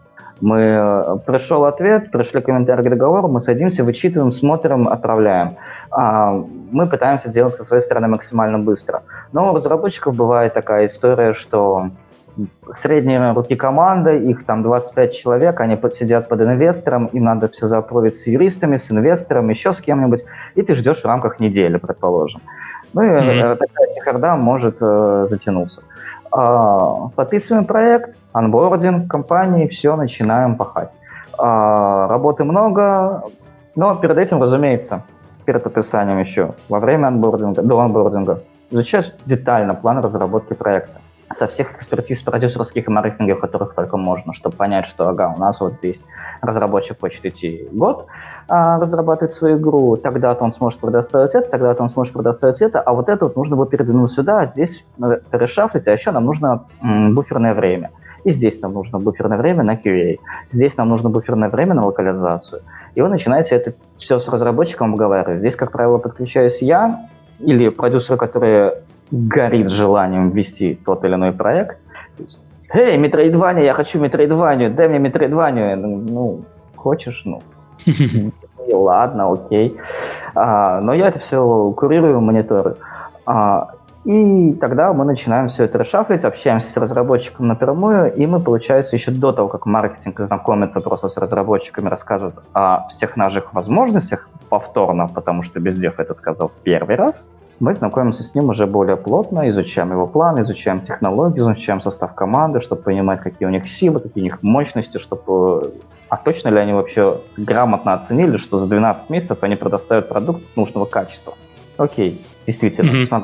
Мы пришел ответ, пришли комментарии к договору, мы садимся, вычитываем, смотрим, отправляем. Мы пытаемся делать со своей стороны максимально быстро. Но у разработчиков бывает такая история, что средние руки команды, их там двадцать пять человек, они сидят под инвестором, им надо все запровить с юристами, с инвестором, еще с кем-нибудь, и ты ждешь в рамках недели, предположим. Ну и mm-hmm. такая чехарда может э, затянуться. А, подписываем проект, онбординг компании, все, начинаем пахать. А, работы много, но перед этим, разумеется, перед подписанием еще, во время онбординга, до онбординга, изучаешь детально план разработки проекта. Со всех экспертиз продюсерских и маркетинговых, которых только можно, чтобы понять, что ага, у нас вот есть разработчик хочет идти год а, разрабатывать свою игру, тогда-то он сможет предоставить это, тогда-то он сможет предоставить это, а вот это вот нужно было передвинуть сюда, а здесь решафлить, а еще нам нужно м, буферное время. И здесь нам нужно буферное время на кью эй, здесь нам нужно буферное время на локализацию. И вы начинаете это все с разработчиком обговаривать. Здесь, как правило, подключаюсь я или продюсеры, которые горит желанием ввести тот или иной проект. Эй, Metroidvania, я хочу Metroidvania, дай мне Metroidvania. Ну, хочешь, ну. И ладно, окей. А, но я это все курирую, мониторю. А, и тогда мы начинаем все это решафлить, общаемся с разработчиком напрямую, и мы, получается, еще до того, как маркетинг знакомится просто с разработчиками, рассказывает о всех наших возможностях повторно, потому что Бездев это сказал в первый раз. мы знакомимся с ним уже более плотно, изучаем его план, изучаем технологию, изучаем состав команды, чтобы понимать, какие у них силы, какие у них мощности, чтобы... А точно ли они вообще грамотно оценили, что за двенадцать месяцев они предоставят продукт нужного качества? Окей, действительно, mm-hmm. смотри.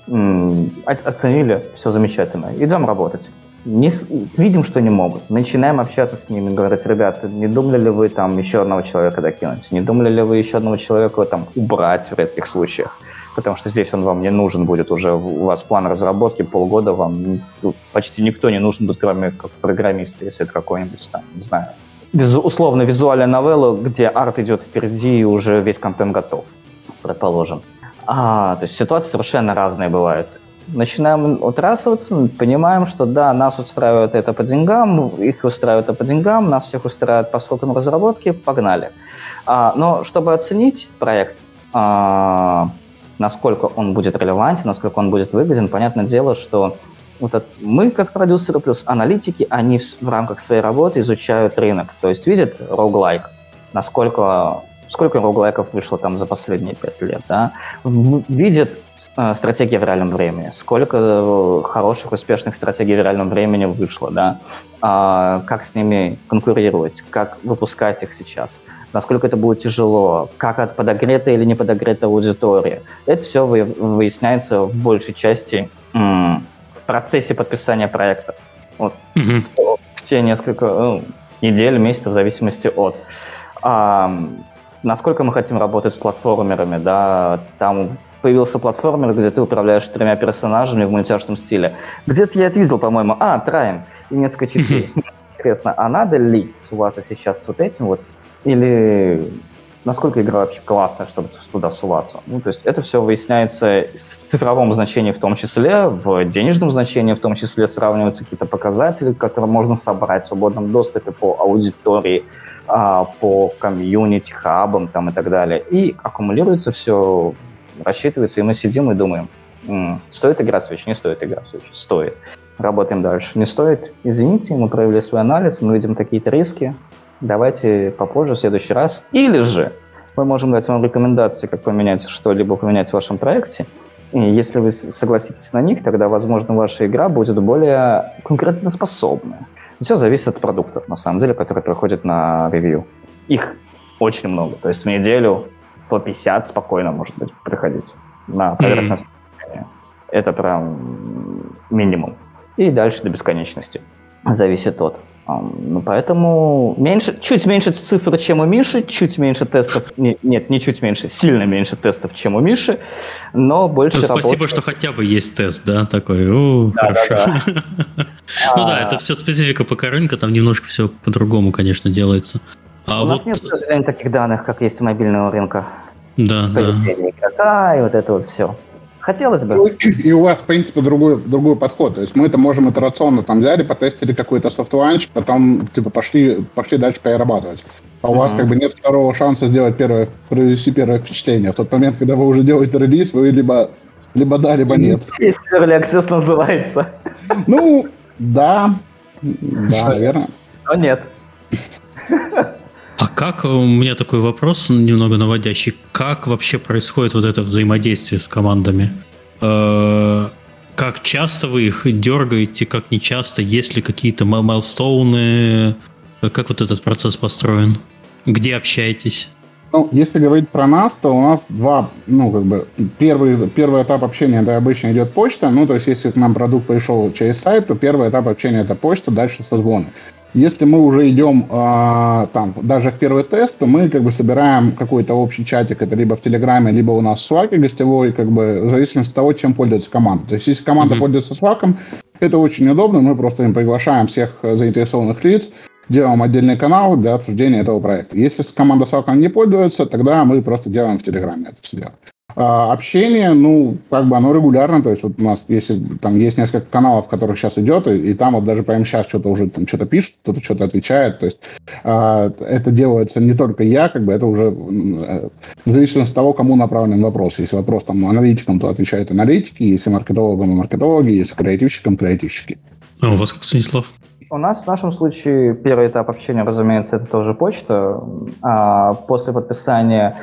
М- оценили, все замечательно. Идем работать. Не с... Видим, что не могут. Начинаем общаться с ними, говорить: ребята, не думали ли вы там еще одного человека докинуть? Не думали ли вы еще одного человека там убрать в редких случаях? Потому что здесь он вам не нужен будет уже. У вас план разработки полгода, вам ну, почти никто не нужен будет, кроме как программиста, если это какой-нибудь там, не знаю, без, условно визуальная новелла, где арт идет впереди и уже весь контент готов, предположим. А, то есть ситуации совершенно разные бывают. Начинаем утрясываться, понимаем, что да, нас устраивает это по деньгам, их устраивает это по деньгам, нас всех устраивает по срокам разработки, погнали. А, но чтобы оценить проект, а, насколько он будет релевантен, насколько он будет выгоден, понятное дело, что вот это, мы, как продюсеры плюс аналитики, они в, в рамках своей работы изучают рынок, то есть видят роуглайк, насколько... Сколько роуглайков вышло там за последние пять лет, да? Видят э, стратегии в реальном времени, сколько э, хороших, успешных стратегий в реальном времени вышло, да? А, как с ними конкурировать, как выпускать их сейчас, насколько это будет тяжело, как от подогретой или не подогретой аудитории. Это все вы, выясняется в большей части м, в процессе подписания проекта. Вот, mm-hmm. в, в те несколько ну, недель, месяцев, в зависимости от... А, насколько мы хотим работать с платформерами, да, там появился платформер, где ты управляешь тремя персонажами в мультяшном стиле. Где-то я это видел, по-моему, а, Трайм, и несколько частей. Интересно, а надо ли суваться сейчас с вот этим вот, или насколько игра вообще классная, чтобы туда суваться? Ну, то есть это все выясняется в цифровом значении в том числе, в денежном значении в том числе, сравниваются какие-то показатели, которые можно собрать в свободном доступе по аудитории, по комьюнити, хабам там, и так далее. И аккумулируется все, рассчитывается, и мы сидим и думаем, м-м, стоит играть Switch, не стоит играть Switch, стоит. Работаем дальше. Не стоит, извините, мы провели свой анализ, мы видим какие-то риски, давайте попозже, в следующий раз. Или же мы можем дать вам рекомендации, как поменять что-либо поменять в вашем проекте. И если вы согласитесь на них, тогда, возможно, ваша игра будет более конкурентоспособная. Все зависит от продуктов, на самом деле, которые приходят на ревью. Их очень много. То есть в неделю сто пятьдесят спокойно может быть приходить на поверхностное решение. Это прям минимум. И дальше до бесконечности. Зависит от. Ну, поэтому меньше, чуть меньше цифр, чем у Миши, чуть меньше тестов, не, нет, не чуть меньше, сильно меньше тестов, чем у Миши, но больше ну, работы. Спасибо, что хотя бы есть тест, да, такой, у, да, хорошо. Да, да. Ну да, это все специфика ПК рынка, там немножко все по-другому, конечно, делается. У нас нет, к сожалению, таких данных, как есть у мобильного рынка. Да, да. Какая, и вот это вот все. Хотелось бы. И у вас, в принципе, другой, другой подход. То есть мы это можем итерационно там взяли, потестили какой-то софтванчик, потом типа пошли, пошли дальше перерабатывать. А у uh-huh. вас как бы нет второго шанса сделать первое, провести первое впечатление. В тот момент, когда вы уже делаете релиз, вы либо, либо да, либо нет. Есть Early Access называется. Ну, да. Да, наверное. Но нет. А как, у меня такой вопрос немного наводящий, как вообще происходит вот это взаимодействие с командами? Э-э- как часто вы их дергаете, как не часто, есть ли какие-то майлстоуны, как вот этот процесс построен? Где общаетесь? Ну, если говорить про нас, то у нас два, ну, как бы, первый, первый этап общения, это обычно идет почта, ну, то есть, если к нам продукт пришел через сайт, то первый этап общения это почта, дальше созвоны. Если мы уже идем э, там, даже в первый тест, то мы как бы собираем какой-то общий чатик, это либо в Телеграме, либо у нас в Slack гостевой, как бы в зависимости от того, чем пользуется команда. То есть, если команда mm-hmm. пользуется Slack, это очень удобно, мы просто им приглашаем всех заинтересованных лиц, делаем отдельный канал для обсуждения этого проекта. Если команда Slack не пользуется, тогда мы просто делаем в Телеграме это все дело. А, общение, ну, как бы оно регулярно, то есть вот у нас если там есть несколько каналов, в которых сейчас идет, и, и там вот даже прямо сейчас что-то уже там что-то пишет, кто-то что-то отвечает, то есть а, это делается не только я, как бы это уже в зависимости от того, кому направлен вопрос. Если вопрос там аналитикам, то отвечают аналитики, если маркетологам, маркетологи, если креативщикам, креативщики. А у вас как, Станислав? У нас в нашем случае первый этап общения, разумеется, это тоже почта. А после подписания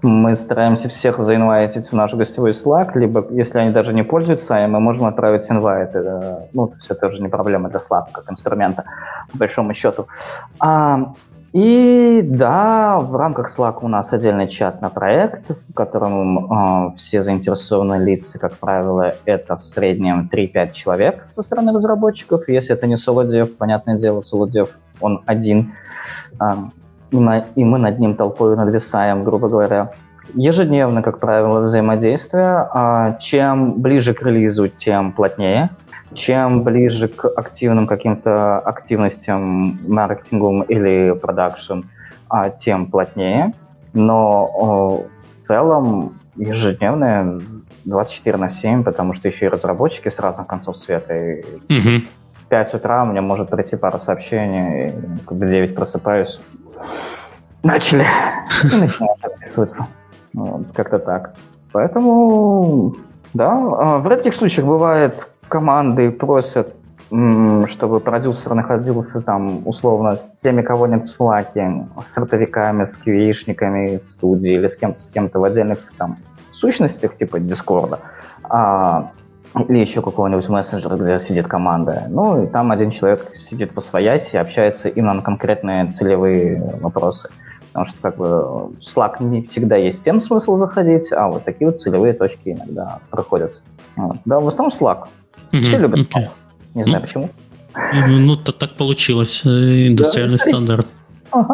Мы стараемся всех заинвайтить в наш гостевой Slack, либо, если они даже не пользуются, мы можем отправить инвайт. Это, ну, то есть это уже не проблема для Slack как инструмента, по большому счету. А, и да, в рамках Slack у нас отдельный чат на проект, в котором а, все заинтересованные лица, как правило, это в среднем три-пять человек со стороны разработчиков. Если это не соло-дев, понятное дело, соло-дев, он один. А, И мы, и мы над ним толпой надвисаем, грубо говоря. Ежедневно, как правило, взаимодействие. Чем ближе к релизу, тем плотнее. Чем ближе к активным каким-то активностям, маркетингу или продакшн, тем плотнее. Но в целом ежедневное двадцать четыре на семь, потому что еще и разработчики с разных концов света. И угу. в пять утра мне может прийти пара сообщений, и в девять просыпаюсь. Начали. И начинают отписываться. Вот, как-то так. Поэтому, да, в редких случаях бывает, команды просят, чтобы продюсер находился там, условно, с теми, кого нет в Slack, с артовиками, с кью эй-шниками в студии или с кем-то, с кем-то в отдельных там сущностях, типа Discord, а, или еще какого-нибудь мессенджера, где сидит команда. Ну, и там один человек сидит посвоясь и общается именно на конкретные целевые вопросы. Потому что, как бы, в Slack не всегда есть тем смысл заходить, а вот такие вот целевые точки иногда проходят. Вот. Да, в основном Slack. Mm-hmm. Все любят Slack. Okay. Не знаю, mm-hmm. почему. Ну, то так получилось. Индустриальный да, стандарт. Ага.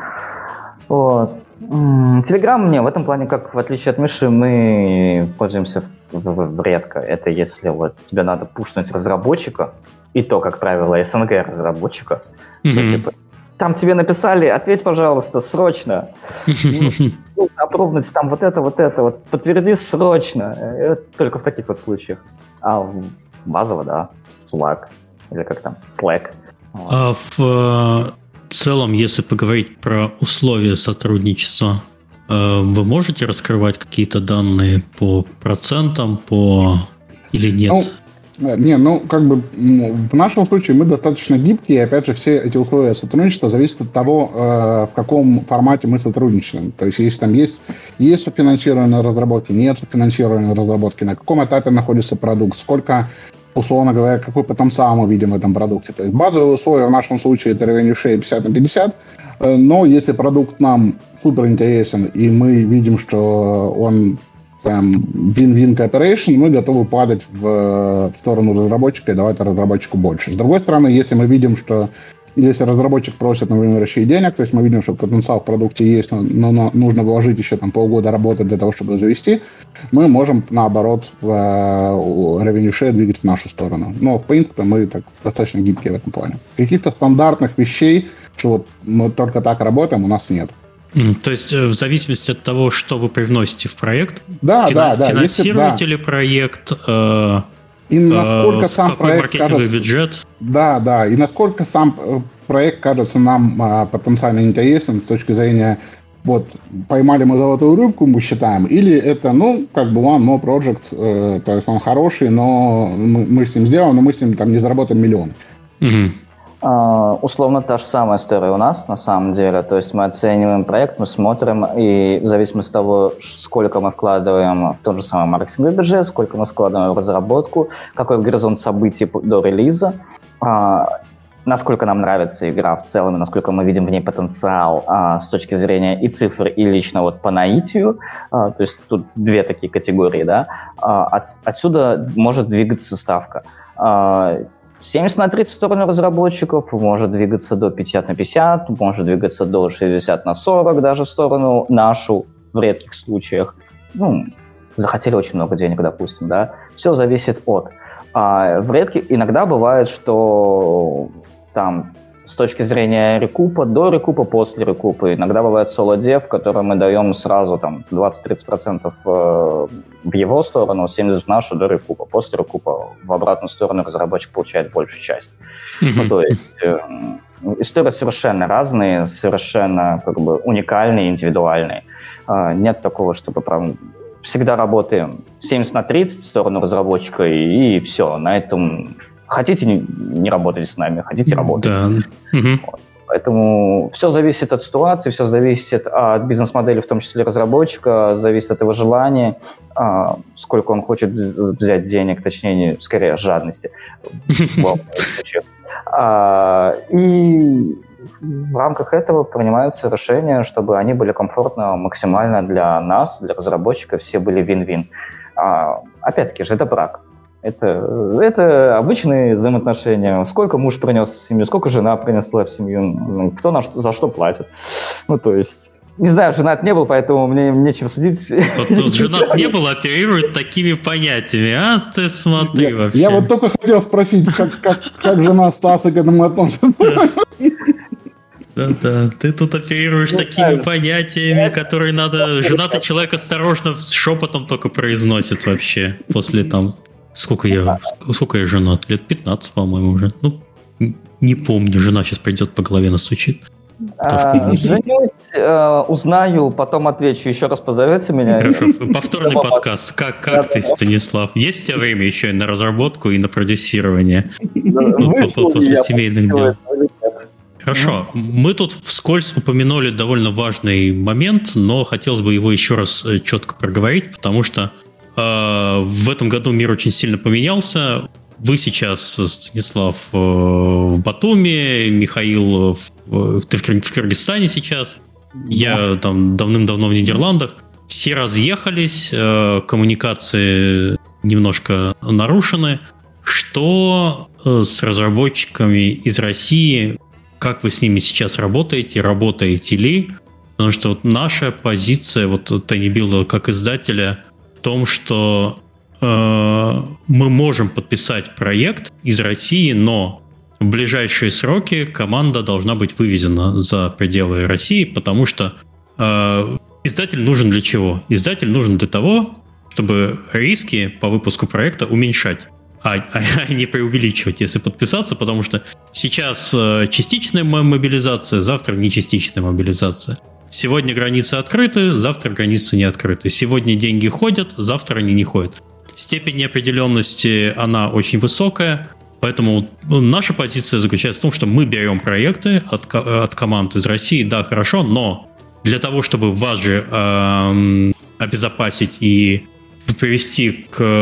Вот. Telegram мне в этом плане, как в отличие от Миши, мы пользуемся редко. Это если вот тебе надо пушнуть разработчика, и то, как правило, эс эн гэ разработчика. Mm-hmm. То, типа, там тебе написали, ответь, пожалуйста, срочно. Ну, опробовать там вот это, вот это, вот подтверди срочно. Это только в таких вот случаях. А базово, да, Slack, или как там, Slack. А в целом, если поговорить про условия сотрудничества, вы можете раскрывать какие-то данные по процентам, по или нет? Ну, не, ну, как бы в нашем случае мы достаточно гибкие, и опять же, все эти условия сотрудничества зависят от того, э, в каком формате мы сотрудничаем. То есть, если там есть, есть софинансированные разработки, нет софинансированной разработки, на каком этапе находится продукт, сколько, условно говоря, какой потенциал мы видим в этом продукте. То есть, базовые условия в нашем случае это revenue share пятьдесят на пятьдесят, э, но если продукт нам супер интересен, и мы видим, что он там win-win cooperation, мы готовы падать в, в сторону разработчика и давать разработчику больше. С другой стороны, если мы видим, что если разработчик просит, например, еще и денег, то есть мы видим, что потенциал в продукте есть, но, но нужно вложить еще там полгода работы для того, чтобы завести, мы можем, наоборот, в revenue share двигать в нашу сторону. Но, в принципе, мы так достаточно гибкие в этом плане. Каких-то стандартных вещей, что вот мы только так работаем, у нас нет. То есть в зависимости от того, что вы привносите в проект, да, фина- да, да, финансируете если, ли проект, э, и насколько э, сам какой проект маркетинговый кажется, бюджет. Да, да, и насколько сам проект кажется нам а, потенциально интересен с точки зрения, вот, поймали мы золотую рыбку, мы считаем, или это, ну, как бы one more project, э, то есть он хороший, но мы, мы с ним сделаем, но мы с ним там не заработаем миллион. Угу. Uh, условно та же самая история у нас, на самом деле. То есть мы оцениваем проект, мы смотрим, и в зависимости от того, сколько мы вкладываем в тот же самый маркетинговый бюджет, сколько мы складываем в разработку, какой горизонт событий до релиза, uh, насколько нам нравится игра в целом, и насколько мы видим в ней потенциал uh, с точки зрения и цифр, и лично вот по наитию. Uh, то есть тут две такие категории, да. Uh, от, отсюда может двигаться ставка. Uh, семьдесят на тридцать в сторону разработчиков, может двигаться до пятьдесят на пятьдесят, может двигаться до шестьдесят на сорок даже в сторону нашу в редких случаях. Ну, захотели очень много денег, допустим, да. Все зависит от. А в редких иногда бывает, что там с точки зрения рекупа, до рекупа, после рекупа. Иногда бывает соло-дев, который мы даем сразу там двадцать-тридцать процентов в его сторону, семьдесят процентов в нашу до рекупа. После рекупа в обратную сторону разработчик получает большую часть. Mm-hmm. Ну, то есть э, истории совершенно разные, совершенно как бы уникальные, индивидуальные. Э, нет такого, чтобы прям всегда работаем семьдесят на тридцать в сторону разработчика, и, и все, на этом... Хотите, не, не работайте с нами, хотите, работать. Да. Угу. Вот. Поэтому все зависит от ситуации, все зависит от бизнес-модели, в том числе разработчика, зависит от его желания, сколько он хочет взять денег, точнее, скорее, жадности. И в рамках этого принимаются решения, чтобы они были комфортны максимально для нас, для разработчиков, все были вин-вин. Опять-таки же, это брак. Это, это обычные взаимоотношения. Сколько муж принес в семью, сколько жена принесла в семью, кто на что, за что платит. Ну, то есть, не знаю, женат не был, поэтому мне нечего судить. Вот тут женат не был, оперирует такими понятиями. А ты смотри я, вообще. Я вот только хотел спросить, как, как, как жена Стаса к этому относится. Да-да, ты тут оперируешь такими понятиями, которые надо... Женатый человек осторожно шепотом только произносит вообще после там... Сколько я, сколько я женат? Лет пятнадцать, по-моему, уже. Ну, не помню, жена сейчас придет по голове настучит. А, женюсь, э, узнаю, потом отвечу. Еще раз позовете меня. Хорошо, повторный подкаст. Как, как ты, Станислав? Есть у тебя время еще и на разработку, и на продюсирование после семейных дел? Хорошо. Мы тут вскользь упомянули довольно важный момент, но хотелось бы его еще раз четко проговорить, потому что в этом году мир очень сильно поменялся. Вы сейчас, Станислав, в Батуми, Михаил, в, ты в Кыргызстане сейчас, я там давным-давно в Нидерландах. Все разъехались, коммуникации немножко нарушены. Что с разработчиками из России, как вы с ними сейчас работаете, работаете ли? Потому что вот наша позиция, вот TinyBuild как издателя, в том, что э, мы можем подписать проект из России, но в ближайшие сроки команда должна быть вывезена за пределы России, потому что э, издатель нужен для чего? Издатель нужен для того, чтобы риски по выпуску проекта уменьшать, а, а не преувеличивать, если подписаться, потому что сейчас э, частичная мобилизация, завтра не частичная мобилизация. Сегодня границы открыты, завтра границы не открыты. Сегодня деньги ходят, завтра они не ходят. Степень неопределенности, она очень высокая, поэтому наша позиция заключается в том, что мы берем проекты от, от команд из России, да, хорошо, но для того, чтобы вас же э, обезопасить и привести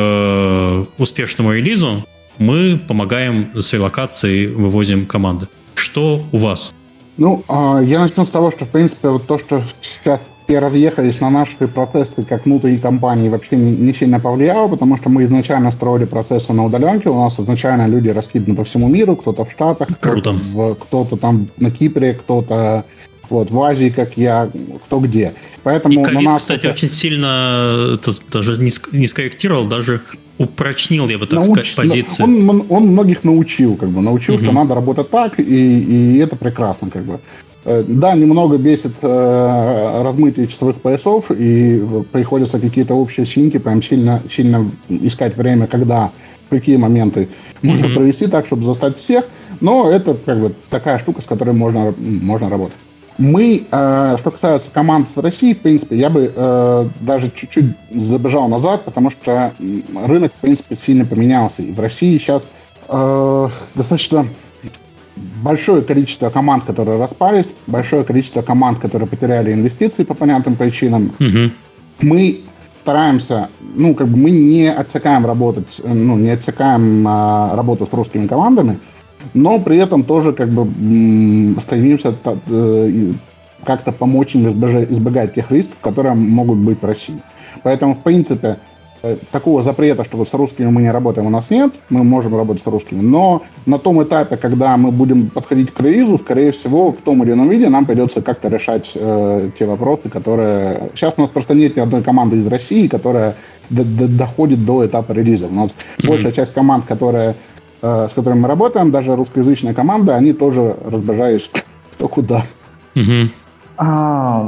к успешному релизу, мы помогаем с релокацией, вывозим команды. Что у вас? Ну, я начну с того, что, в принципе, вот то, что сейчас все разъехались на наши процессы, как внутренней компании, вообще не, не сильно повлияло, потому что мы изначально строили процессы на удаленке, у нас изначально люди раскиданы по всему миру, кто-то в Штатах, кто-то, в, кто-то там на Кипре, кто-то вот, в Азии, как я, кто где. Поэтому и ковид, нас кстати, это... очень сильно это даже не, не скорректировал, даже упрочнил, я бы так Науч... сказать, позицию. Он, он, он многих научил, как бы, научил, угу. что надо работать так, и, и это прекрасно, как бы. Да, немного бесит э, размытие часовых поясов, и приходится какие-то общие свинки прям сильно, сильно искать время, когда, в какие моменты можно mm-hmm. провести так, чтобы застать всех, но это как бы такая штука, с которой можно, можно работать. Мы, э, что касается команд с России, в принципе, я бы э, даже чуть-чуть забежал назад, потому что рынок, в принципе, сильно поменялся, и в России сейчас э, достаточно... большое количество команд, которые распались, большое количество команд, которые потеряли инвестиции по понятным причинам. Mm-hmm. Мы стараемся, ну, как бы мы не отсекаем работать, ну, не отсекаем а, работу с русскими командами, но при этом тоже как бы м- стремимся т- т- как-то помочь им избежать, избегать тех рисков, которые могут быть в России. Поэтому, в принципе, такого запрета, что вот с русскими мы не работаем, у нас нет, мы можем работать с русскими, но на том этапе, когда мы будем подходить к релизу, скорее всего, в том или ином виде нам придется как-то решать э, те вопросы, которые... Сейчас у нас просто нет ни одной команды из России, которая д- д- доходит до этапа релиза. У нас mm-hmm. большая часть команд, которые, э, с которыми мы работаем, даже русскоязычные команды, они тоже разбежались кто куда. Mm-hmm. А,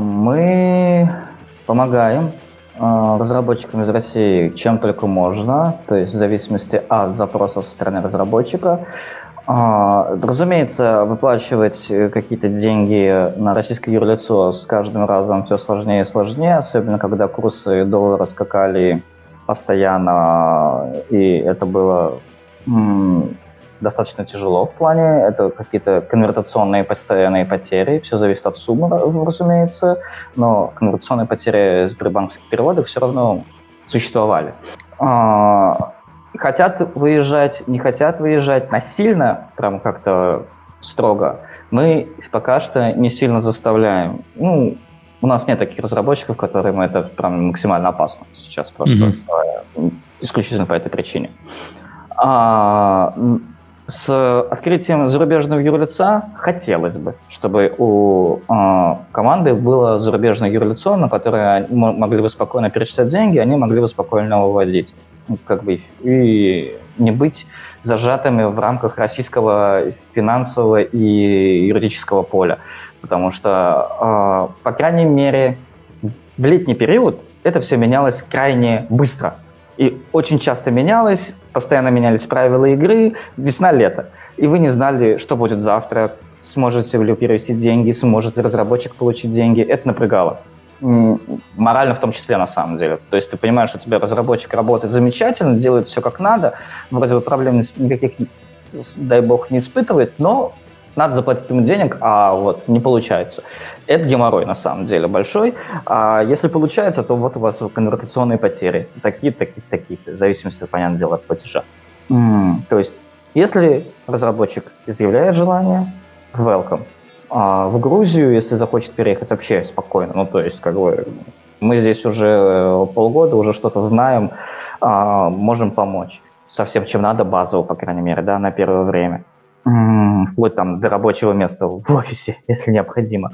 мы помогаем разработчикам из России чем только можно, то есть в зависимости от запроса со стороны разработчика. Разумеется, выплачивать какие-то деньги на российское юрлицо с каждым разом все сложнее и сложнее, особенно когда курсы доллара скакали постоянно, и это было м- достаточно тяжело в плане, это какие-то конвертационные постоянные потери, все зависит от суммы, разумеется, но конвертационные потери при банковских переводах все равно существовали. Хотят выезжать, не хотят выезжать насильно, прям как-то строго, мы пока что не сильно заставляем. Ну, у нас нет таких разработчиков, которым это прям максимально опасно сейчас просто, mm-hmm. исключительно по этой причине. А, с открытием зарубежного юрлица хотелось бы, чтобы у а, команды было зарубежное юрлицо, на которое они могли бы спокойно перечислять деньги, они могли бы спокойно выводить. Как бы, и не быть зажатыми в рамках российского финансового и юридического поля. Потому что, э, по крайней мере, в летний период это все менялось крайне быстро. И очень часто менялось, постоянно менялись правила игры, весна-лето. И вы не знали, что будет завтра, сможете ли вы перевести деньги, сможет ли разработчик получить деньги. Это напрягало. Морально в том числе, на самом деле. То есть ты понимаешь, что у тебя разработчик работает замечательно, делает все как надо, вроде бы проблем никаких, дай бог, не испытывает, но надо заплатить ему денег, а вот не получается. Это геморрой, на самом деле, большой. А если получается, то вот у вас конвертационные потери. Такие-то, такие-то, такие-то, в зависимости, понятное дело, от платежа. Mm. То есть, если разработчик изъявляет желание, welcome. А в Грузию, если захочет переехать, вообще спокойно. Ну, то есть, как бы, мы здесь уже полгода, уже что-то знаем, а, можем помочь. Со всем, чем надо, базово, по крайней мере, да, на первое время. М-м, вплоть там до рабочего места в офисе, если необходимо.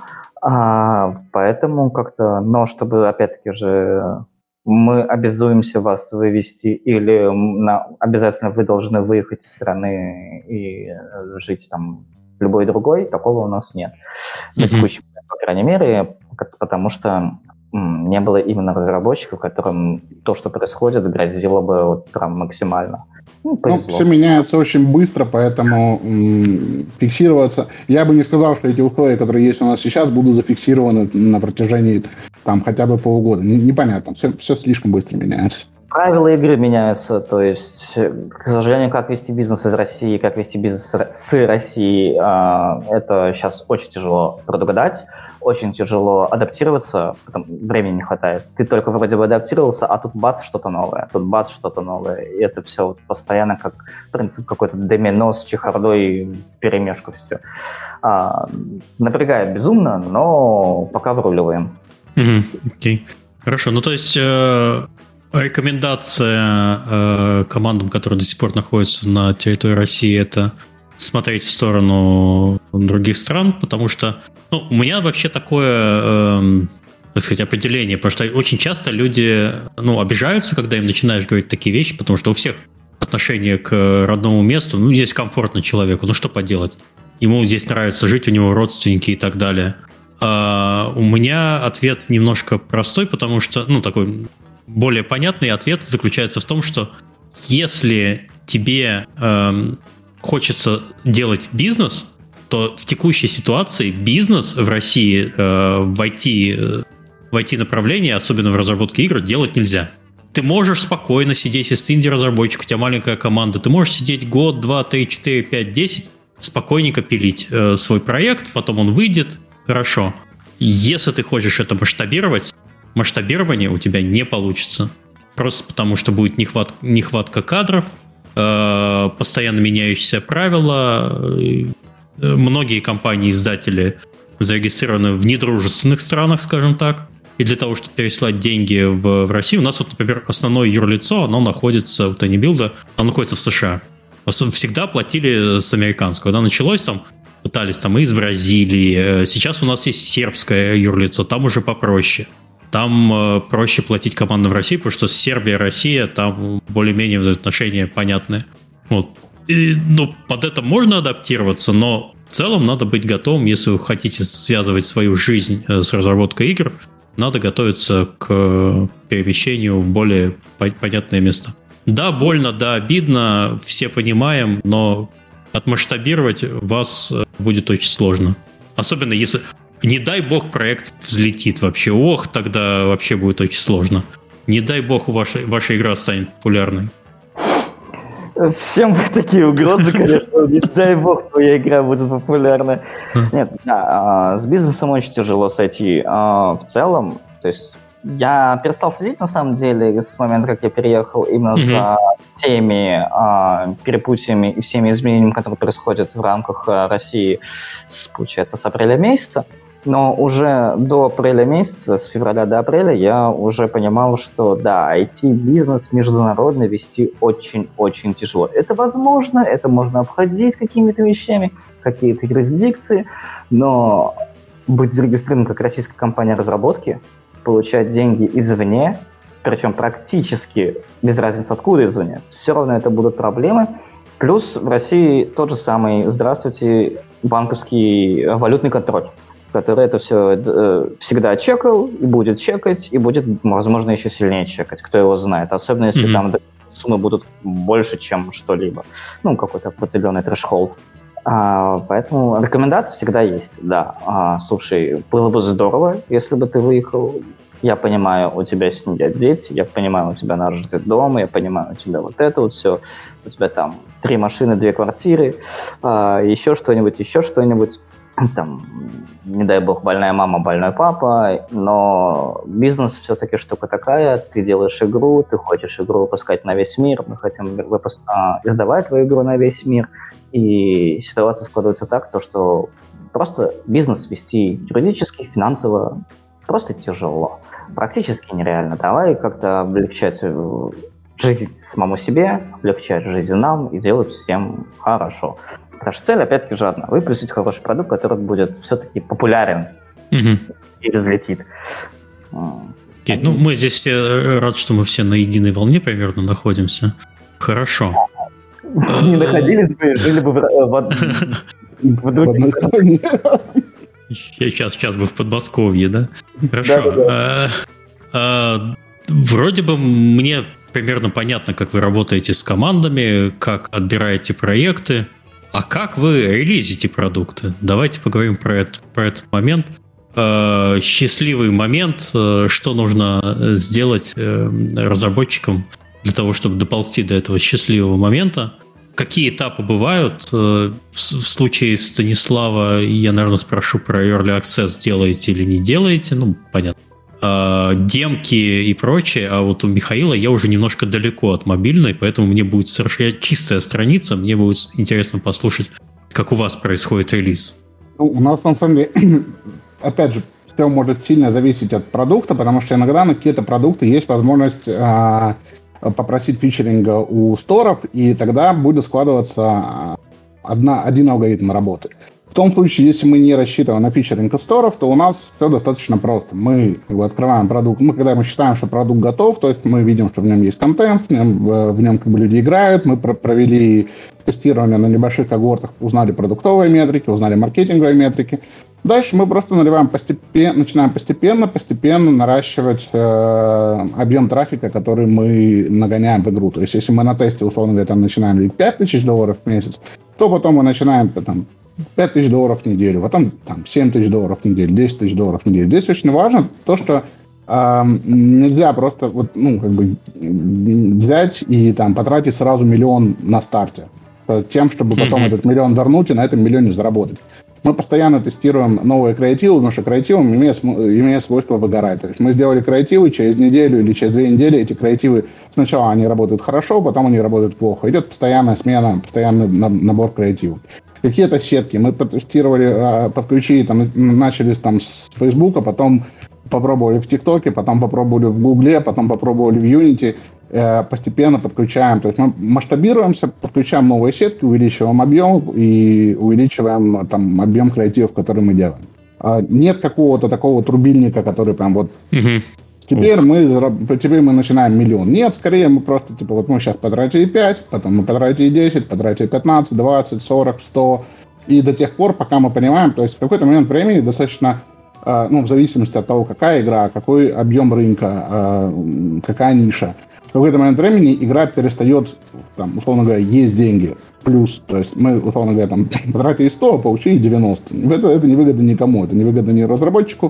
А, поэтому как-то, но чтобы, опять-таки же, мы обязуемся вас вывести или на, обязательно вы должны выехать из страны и жить там любой другой, такого у нас нет. На текущий момент, по крайней мере, потому что м, не было именно разработчиков, которым то, что происходит, грозило бы вот прям максимально. Ну, ну, все меняется очень быстро, поэтому м, фиксироваться... Я бы не сказал, что эти условия, которые есть у нас сейчас, будут зафиксированы на протяжении там, хотя бы полугода. Непонятно, все, все слишком быстро меняется. Правила игры меняются, то есть, к сожалению, как вести бизнес из России, как вести бизнес с Россией, это сейчас очень тяжело предугадать, очень тяжело адаптироваться, потому времени не хватает. Ты только вроде бы адаптировался, а тут бац, что-то новое, тут бац, что-то новое. И это все вот постоянно как принцип какой-то домино с чехардой, перемешку все. А, напрягает безумно, но пока выруливаем. Mm-hmm. Okay. Хорошо, ну то есть... Э- Рекомендация э, командам, которые до сих пор находятся на территории России, это смотреть в сторону других стран, потому что ну, у меня вообще такое, э, так сказать, определение, потому что очень часто люди ну, обижаются, когда им начинаешь говорить такие вещи, потому что у всех отношение к родному месту, ну, здесь комфортно человеку, ну, что поделать. Ему здесь нравится жить, у него родственники и так далее. А у меня ответ немножко простой, потому что, ну, такой... Более понятный ответ заключается в том, что если тебе эм, хочется делать бизнес, то в текущей ситуации бизнес в России э, в ай ти, э, в ай ти-направлении, особенно в разработке игр, делать нельзя. Ты можешь спокойно сидеть, если ты инди-разработчик, у тебя маленькая команда, ты можешь сидеть год, два, три, четыре, пять, десять, спокойненько пилить э, свой проект, потом он выйдет, хорошо. Если ты хочешь это масштабировать, масштабирование у тебя не получится. Просто потому, что будет нехват, нехватка кадров, э, постоянно меняющиеся правила. Э, многие компании-издатели зарегистрированы в недружественных странах, скажем так. И для того, чтобы переслать деньги в, в Россию, у нас, вот, например, основное юрлицо, оно находится, у TinyBuild, оно находится в США. Всегда платили с американского. Когда началось, там, пытались там, из Бразилии. Сейчас у нас есть сербское юрлицо, там уже попроще. Там э, проще платить командам в России, потому что Сербия, Россия, там более-менее отношения понятные. Вот. И, ну, под это можно адаптироваться, но в целом надо быть готовым, если вы хотите связывать свою жизнь э, с разработкой игр, надо готовиться к перемещению в более по- понятные места. Да, больно, да, обидно, все понимаем, но отмасштабировать вас будет очень сложно. Особенно если... Не дай бог проект взлетит вообще. Ох, тогда вообще будет очень сложно. Не дай бог ваша, ваша игра станет популярной. Всем такие угрозы, конечно, не дай бог, твоя игра будет популярна. Нет, да, с бизнесом очень тяжело сойти. В целом, то есть я перестал следить, на самом деле, с момента, как я переехал, именно mm-hmm. за теми а, перепутьями и всеми изменениями, которые происходят в рамках а, России, с, получается, с апреля месяца. Но уже до апреля месяца, с февраля до апреля, я уже понимал, что да, ай ти-бизнес международный вести очень-очень тяжело. Это возможно, это можно обходить какими-то вещами, какие-то юрисдикции, но быть зарегистрированным как российская компания разработки, получать деньги извне, причем практически без разницы откуда извне, все равно это будут проблемы. Плюс в России тот же самый, здравствуйте, банковский валютный контроль, который это все э, всегда чекал и будет чекать, и будет, возможно, еще сильнее чекать, кто его знает. Особенно если mm-hmm. там суммы будут больше, чем что-либо. Ну, какой-то определенный трэш-холд. А, поэтому рекомендации всегда есть, да. А, слушай, было бы здорово, если бы ты выехал. Я понимаю, у тебя семья, дети, я понимаю, у тебя нажитый дом, я понимаю, у тебя вот это вот все, у тебя там три машины, две квартиры, а, еще что-нибудь, еще что-нибудь. Там, не дай бог, больная мама, больной папа, но бизнес все-таки штука такая, ты делаешь игру, ты хочешь игру выпускать на весь мир, мы хотим выпуск... а, издавать твою игру на весь мир, и ситуация складывается так, то, что просто бизнес вести юридически, финансово просто тяжело, практически нереально. Давай как-то облегчать жизнь самому себе, облегчать жизнь нам и делать всем хорошо. Наша цель, опять-таки, же одна. Выпустить хороший продукт, который будет все-таки популярен mm-hmm. и разлетит. Okay. Ну, мы здесь все рады, что мы все на единой волне примерно находимся. Хорошо. Не находились бы, жили бы в одной стране. Сейчас, сейчас бы в Подмосковье, да? Хорошо. Вроде бы мне примерно понятно, как вы работаете с командами, как отбираете проекты. А как вы релизите продукты? Давайте поговорим про, это, про этот момент. Э, счастливый момент, э, что нужно сделать э, разработчикам для того, чтобы доползти до этого счастливого момента. Какие этапы бывают? Э, в, в случае Станислава я, наверное, спрошу про Early Access, делаете или не делаете. Ну, понятно. Э, демки и прочее. А вот у Михаила я уже немножко далеко от мобильной, поэтому мне будет совершенно чистая страница. Мне будет интересно послушать, как у вас происходит релиз. Ну, у нас, на самом деле, опять же, все может сильно зависеть от продукта, потому что иногда на какие-то продукты есть возможность э, попросить фичеринга у сторов, и тогда будет складываться одна, один алгоритм работы. В том случае, если мы не рассчитываем на фичеринг сторов, то у нас все достаточно просто. Мы как бы, открываем продукт, мы, когда мы считаем, что продукт готов, то есть мы видим, что в нем есть контент, в нем, в нем как бы, люди играют, мы про- провели тестирование на небольших когортах, узнали продуктовые метрики, узнали маркетинговые метрики. Дальше мы просто наливаем постепенно, начинаем постепенно, постепенно наращивать э, объем трафика, который мы нагоняем в игру. То есть, если мы на тесте, условно говоря, там начинаем лить пять тысяч долларов в месяц, то потом мы начинаем там, пять тысяч долларов в неделю, потом там, семь тысяч долларов в неделю, десять тысяч долларов в неделю. Здесь очень важно то, что э, нельзя просто вот, ну, как бы взять и там, потратить сразу миллион на старте, тем, чтобы потом mm-hmm. этот миллион вернуть и на этом миллионе заработать. Мы постоянно тестируем новые креативы, потому что креативом имеет, имеет свойство выгорать. То есть мы сделали креативы, через неделю или через две недели эти креативы, сначала они работают хорошо, потом они работают плохо. Идет постоянная смена, постоянный набор креативов. Какие-то сетки мы потестировали, подключили, там, начали там, с Фейсбука, потом попробовали в ТикТоке, потом попробовали в Гугле, потом попробовали в Unity, постепенно подключаем. То есть мы масштабируемся, подключаем новые сетки, увеличиваем объем и увеличиваем там, объем креативов, которые мы делаем. Нет какого-то такого трубильника, который прям вот... Mm-hmm. Теперь мы, теперь мы начинаем миллион. Нет, скорее мы просто, типа, вот мы сейчас потратили пять, потом мы потратили десять, потратили пятнадцать, двадцать, сорок, сто. И до тех пор, пока мы понимаем, то есть в какой-то момент времени достаточно, э, ну, в зависимости от того, какая игра, какой объем рынка, э, какая ниша, в какой-то момент времени игра перестает, там, условно говоря, есть деньги. Плюс, то есть мы, условно говоря, там, потратили сто, а получили девяносто. Это, это невыгодно никому, это невыгодно ни разработчику,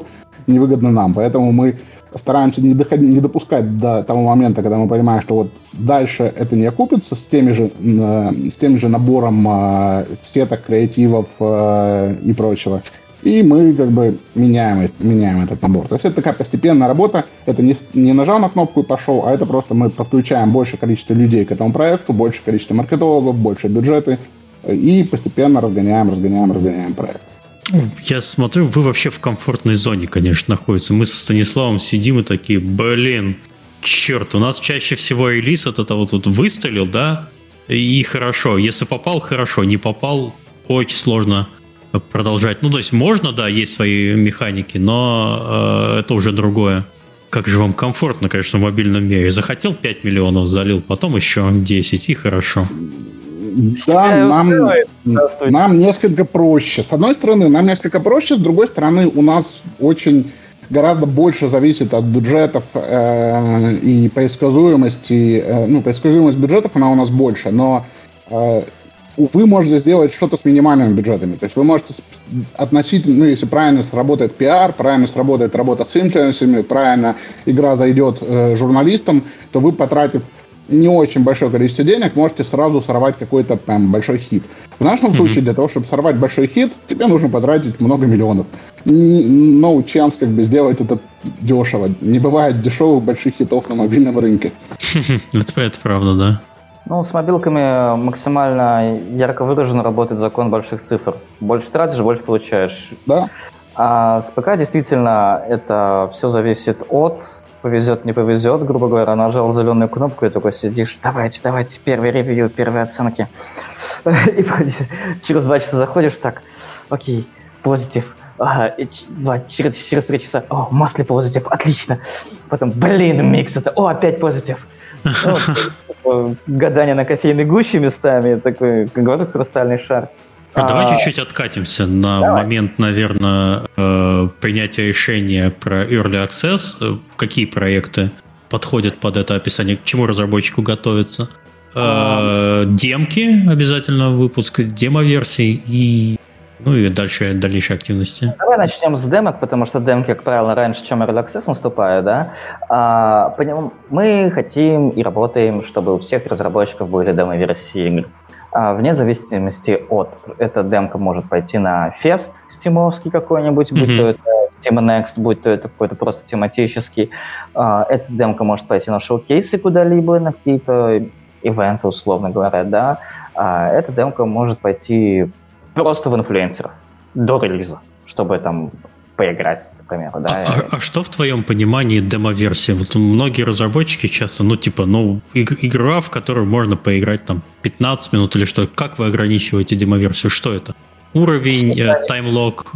невыгодны нам. Поэтому мы стараемся не, доходить, не допускать до того момента, когда мы понимаем, что вот дальше это не окупится с, теми же, с тем же набором сеток, креативов и прочего. И мы как бы меняем, меняем этот набор. То есть это такая постепенная работа. Это не, не нажал на кнопку и пошел, а это просто мы подключаем большее количество людей к этому проекту, большее количество маркетологов, больше бюджеты и постепенно разгоняем, разгоняем, разгоняем проект. Я смотрю, вы вообще в комфортной зоне, конечно, находитесь. Мы со Станиславом сидим и такие, блин, черт, у нас чаще всего релиз от этого вот выстрелил, да, и хорошо. Если попал, хорошо, не попал, очень сложно продолжать. Ну, то есть можно, да, есть свои механики, но э, это уже другое. Как же вам комфортно, конечно, в мобильном мире. Захотел пять миллионов, залил, потом еще десять, и хорошо. Да, нам, нам несколько проще. С одной стороны, нам несколько проще, с другой стороны, у нас очень гораздо больше зависит от бюджетов э, и предсказуемости. Э, ну, предсказуемость бюджетов, она у нас больше, но э, вы можете сделать что-то с минимальными бюджетами. То есть вы можете относительно, ну, если правильно сработает пиар, правильно сработает работа с инфлюенсерами, правильно игра зайдет э, журналистам, то вы, потратив не очень большое количество денег, можете сразу сорвать какой-то прям большой хит. В нашем mm-hmm. случае, для того, чтобы сорвать большой хит, тебе нужно потратить много миллионов. No chance как бы сделать это дешево. Не бывает дешевых больших хитов на мобильном рынке. Это, это правда, да. Ну, с мобилками максимально ярко выраженно работает закон больших цифр. Больше тратишь, больше получаешь. Да. А с ПК действительно это все зависит от... Повезет, не повезет, грубо говоря, нажал зеленую кнопку и такой сидишь, давайте, давайте, первый ревью, первые оценки. И через два часа заходишь, так, окей, позитив. Ага, через, через три часа, о, масли позитив, отлично. Потом, блин, микс это, о, опять позитив. Вот, гадание на кофейной гуще местами, такой, как говорю, хрустальный шар. А, давай чуть-чуть откатимся на давай. момент, наверное, э, принятия решения про Early Access. Какие проекты подходят под это описание? К чему разработчику готовиться? Э, демки обязательно, выпуск демо-версий и, ну, и дальше дальнейшие активности. Давай начнем с демок, потому что демки, как правило, раньше, чем Early Access наступают, да? А, по нему мы хотим и работаем, чтобы у всех разработчиков были демо-версии игр. Вне зависимости от... Эта демка может пойти на фест стимовский какой-нибудь, mm-hmm. будь то это Steam Next, будь то это какой-то просто тематический. Эта демка может пойти на шоу-кейсы куда-либо, на какие-то ивенты, условно говоря, да. Эта демка может пойти просто в инфлюенсеров до релиза, чтобы там поиграть, например, да. А, а, а что в твоем понимании демо-версия? Вот многие разработчики часто, ну, типа, ну, иг- игра, в которую можно поиграть там пятнадцать минут или что? Как вы ограничиваете демо-версию? Что это? Уровень, э, таймлог?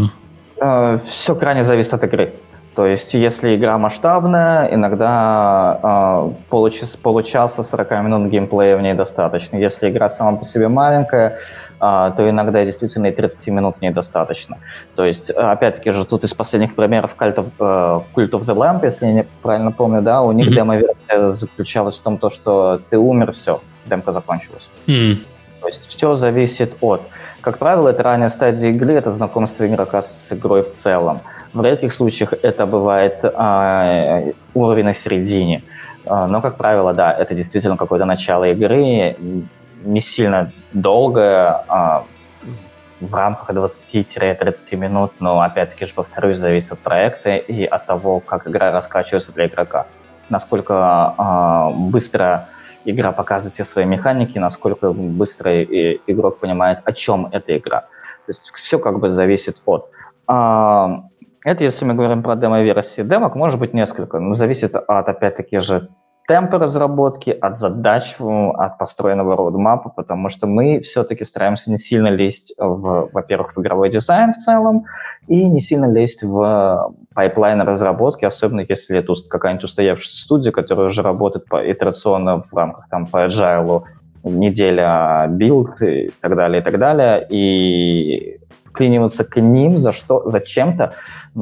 Э... Все крайне зависит от игры. То есть, если игра масштабная, иногда э, получаса, получаса сорок минут геймплея в ней достаточно. Если игра сама по себе маленькая, Uh, то иногда действительно и тридцать минут недостаточно. То есть, опять-таки же, тут из последних примеров Cult of, uh, Cult of the Lamp, если я не правильно помню, да, у них mm-hmm. демо-версия заключалась в том, то, что ты умер, все, демка закончилась. Mm-hmm. То есть все зависит от... Как правило, это ранняя стадия игры, это знакомство игрока с игрой в целом. В редких случаях это бывает uh, уровень на середине. Uh, но, как правило, да, это действительно какое-то начало игры, не сильно долго, а, в рамках двадцать-тридцать минут, но, опять-таки же, повторюсь, зависит от проекта и от того, как игра раскачивается для игрока. Насколько а, быстро игра показывает все свои механики, насколько быстро и, игрок понимает, о чем эта игра. То есть все как бы зависит от... А, это если мы говорим про демо-версии. Демок может быть несколько, но зависит от, опять-таки же, темпа разработки, от задач, от построенного роудмапа, потому что мы все-таки стараемся не сильно лезть, в, во-первых, в игровой дизайн в целом, и не сильно лезть в пайплайн разработки, особенно если это какая-нибудь устоявшаяся студия, которая уже работает по итерационно в рамках там, по agile, неделя билд и так далее, и так далее, и вклиниваться к ним за что, за чем-то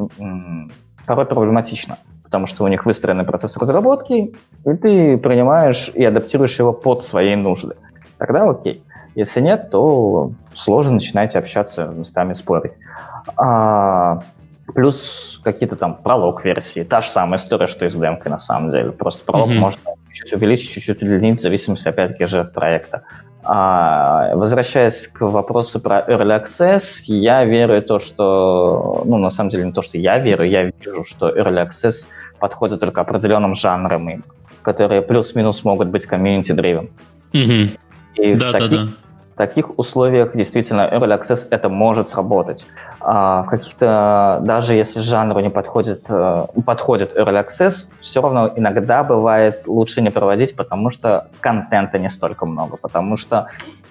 м- порой проблематично. Потому что у них выстроенный процесс разработки, и ты принимаешь и адаптируешь его под свои нужды. Тогда окей. Если нет, то сложно начинаете общаться, местами спорить. А, плюс какие-то там пролог версии. Та же самая история, что и с демкой на самом деле. Просто пролог mm-hmm. можно чуть-чуть увеличить, чуть-чуть удлинить, в зависимости, опять-таки, же от проекта. А, возвращаясь к вопросу про Early Access, я верю в то, что... Ну, на самом деле, не то, что я верю, я вижу, что Early Access подходит только определенным жанрам, которые плюс-минус могут быть community-driven. Mm-hmm. И да, в таких, да, да. в таких условиях действительно Early Access это может сработать. А в каких-то, даже если жанру не подходит, подходит Early Access, все равно иногда бывает лучше не проводить, потому что контента не столько много, потому что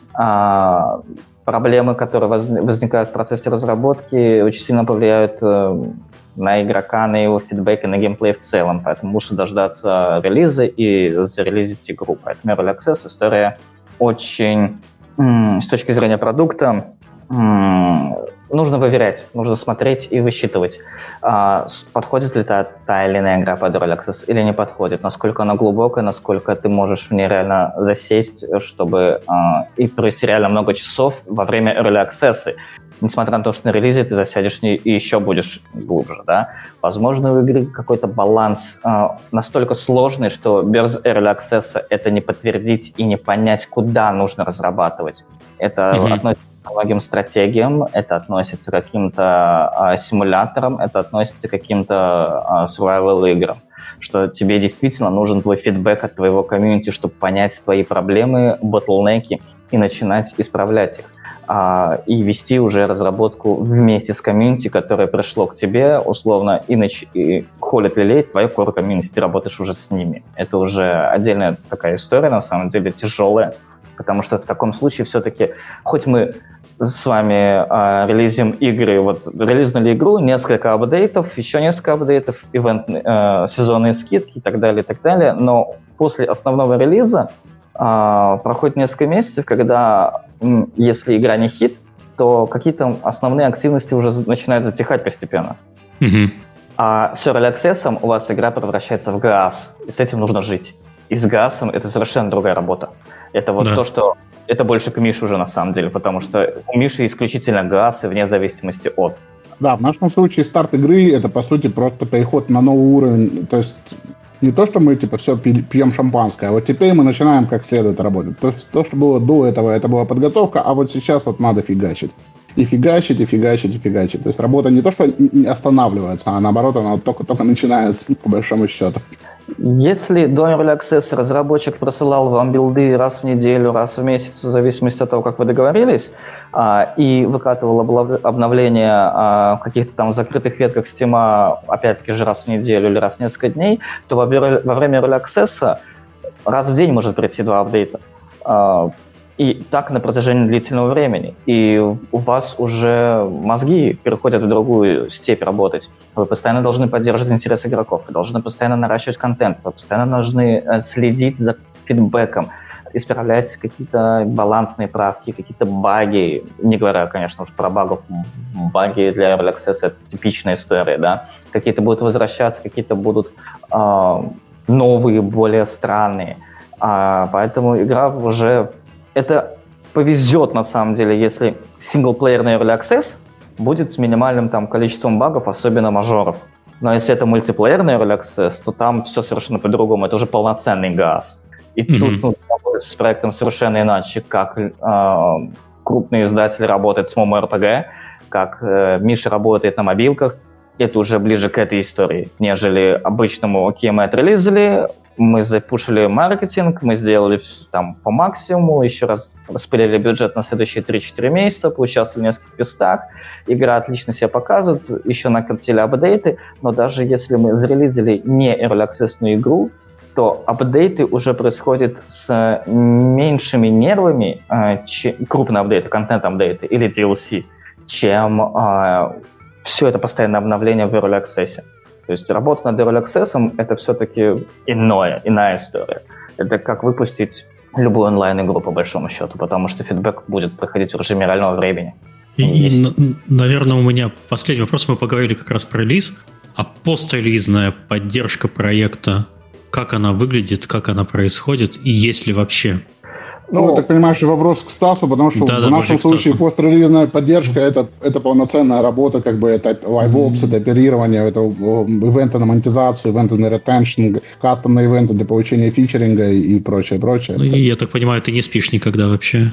а, проблемы, которые возникают в процессе разработки, очень сильно повлияют на игрока, на его фидбэк и на геймплей в целом, поэтому лучше дождаться релиза и зарелизить игру. Поэтому Early Access история очень, м- с точки зрения продукта, м- нужно выверять, нужно смотреть и высчитывать, а, подходит ли та, та или иная игра под Early Access или не подходит, насколько она глубокая, насколько ты можешь в ней реально засесть, чтобы а, и провести реально много часов во время Early Access. Несмотря на то, что на релизе ты засядешь в ней и еще будешь глубже, да. Возможно, у игры какой-то баланс э, настолько сложный, что без Early Access это не подтвердить и не понять, куда нужно разрабатывать. Это mm-hmm. относится к многим стратегиям, это относится к каким-то э, симуляторам, это относится к каким-то э, survival играм, что тебе действительно нужен твой фидбэк от твоего комьюнити, чтобы понять твои проблемы, ботлнеки и начинать исправлять их. И вести уже разработку вместе с комьюнити, которое пришло к тебе, условно, и, нач... и холит лелеет твое core комьюнити, ты работаешь уже с ними. Это уже отдельная такая история, на самом деле, тяжелая, потому что в таком случае все-таки, хоть мы с вами э, релизим игры, вот релизнули игру, несколько апдейтов, еще несколько апдейтов, ивент, э, сезонные скидки и так далее, и так далее, но после основного релиза э, проходит несколько месяцев, когда если игра не хит, то какие-то основные активности уже начинают затихать постепенно. Mm-hmm. А с Early Access у вас игра превращается в ГААС, и с этим нужно жить. И с ГААСом это совершенно другая работа. Это вот да. то, что... Это больше к Мише уже на самом деле, потому что у Миши исключительно ГААС, и вне зависимости от. Да, в нашем случае старт игры — это, по сути, просто переход на новый уровень. То есть не то, что мы, типа, все пьем шампанское, а вот теперь мы начинаем как следует работать. То есть то, что было до этого, это была подготовка, а вот сейчас вот надо фигачить. И фигачить, и фигачить, и фигачить. То есть работа не то, что останавливается, а наоборот, она только-только начинается, по большому счету. Если до Early Access разработчик присылал вам билды раз в неделю, раз в месяц, в зависимости от того, как вы договорились, и выкатывал обновления в каких-то там закрытых ветках Steam, опять-таки же раз в неделю или раз в несколько дней, то во время Early Access раз в день может прийти два апдейта. И так на протяжении длительного времени. И у вас уже мозги переходят в другую степь работать. Вы постоянно должны поддерживать интерес игроков, вы должны постоянно наращивать контент, вы постоянно должны следить за фидбэком, исправлять какие-то балансные правки, какие-то баги. Не говоря, конечно, уж про багов. Баги для Early Access — это типичная история, да. Какие-то будут возвращаться, какие-то будут э, новые, более странные. А, поэтому игра уже... Это повезет, на самом деле, если синглплеерный Early Access будет с минимальным там количеством багов, особенно мажоров. Но если это мультиплеерный Early Access, то там все совершенно по-другому. Это уже полноценный ГААС. И mm-hmm. тут ну, работать с проектом совершенно иначе, как э, крупный издатель работает с MMORPG, как э, Миша работает на мобилках. Это уже ближе к этой истории, нежели обычному. Окей, мы отрелизали, мы запушили маркетинг, мы сделали там по максимуму, еще раз распылили бюджет на следующие три-четыре месяца, поучаствовали в нескольких квестах, игра отлично себя показывает, еще накрутили апдейты, но даже если мы зарелизили не Early Access игру, то апдейты уже происходят с меньшими нервами, э, чем, крупные апдейты, контент-апдейты или ди эл си, чем э, все это постоянное обновление в Early Access. То есть работа над Early Access — это все-таки иное, иная история. Это как выпустить любую онлайн-игру, по большому счету, потому что фидбэк будет проходить в режиме реального времени. И, и, наверное, у меня последний вопрос. Мы поговорили как раз про релиз, а пострелизная поддержка проекта, как она выглядит, как она происходит и есть ли вообще? Ну, ну, так понимаешь, вопрос к Стасу, потому что да, в да, нашем случае пострелизная поддержка это, это полноценная работа, как бы это LiveOps, mm-hmm. это оперирование, это ивенты на монетизацию, ивенты на ретеншн, кастомные ивенты для получения фичеринга и прочее, прочее. Ну, и я так понимаю, ты не спишь никогда вообще.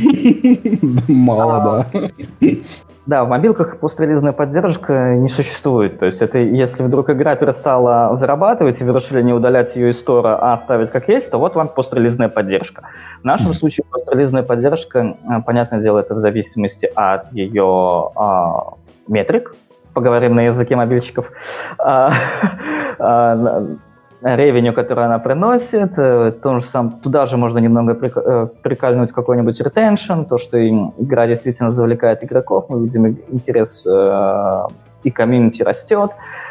Мало, да. Да, в мобилках пострелизная поддержка не существует. То есть это если вдруг игра перестала зарабатывать, и вы решили не удалять ее из стора, а оставить как есть, то вот вам пострелизная поддержка. В нашем mm-hmm. случае пострелизная поддержка, понятное дело, это в зависимости от ее а, метрик, поговорим на языке мобильщиков, а, а, ревеню, который она приносит, то же сам, туда же можно немного прикольнуть какой-нибудь ретеншн, то, что игра действительно завлекает игроков, мы видим интерес э, и комьюнити растет,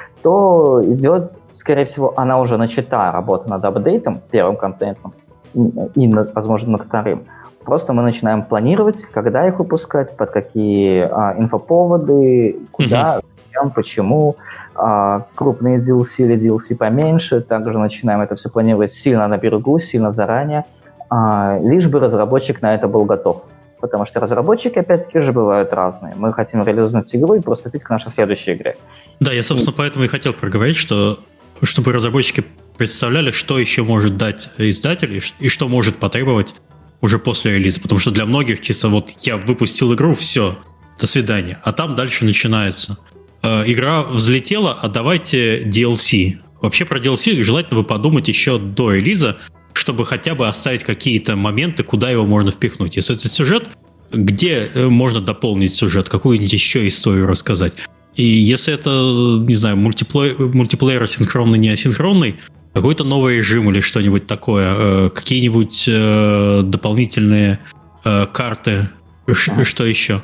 то идет, скорее всего, она уже начата работа над апдейтом, первым контентом, и, и возможно, над вторым. Просто мы начинаем планировать, когда их выпускать, под какие а, инфоповоды, куда, зачем, почему. А, крупные ди эл си или ди эл си поменьше. Также начинаем это все планировать сильно на берегу, сильно заранее, а, лишь бы разработчик на это был готов. Потому что разработчики, опять-таки, же бывают разные. Мы хотим реализовать игру и приступить к нашей следующей игре. Да, я, собственно, и... поэтому и хотел проговорить, что чтобы разработчики представляли, что еще может дать издатель и что может потребовать уже после релиза. Потому что для многих чисто вот я выпустил игру, все, до свидания. А там дальше начинается. Э, игра взлетела, а давайте ди эл си. Вообще про ди эл си желательно бы подумать еще до релиза, чтобы хотя бы оставить какие-то моменты, куда его можно впихнуть. Если это сюжет, где можно дополнить сюжет, какую-нибудь еще историю рассказать. И если это, не знаю, мультиплеер, мультиплеер асинхронный, не асинхронный, какой-то новый режим или что-нибудь такое, э, какие-нибудь э, дополнительные э, карты, ш, что еще?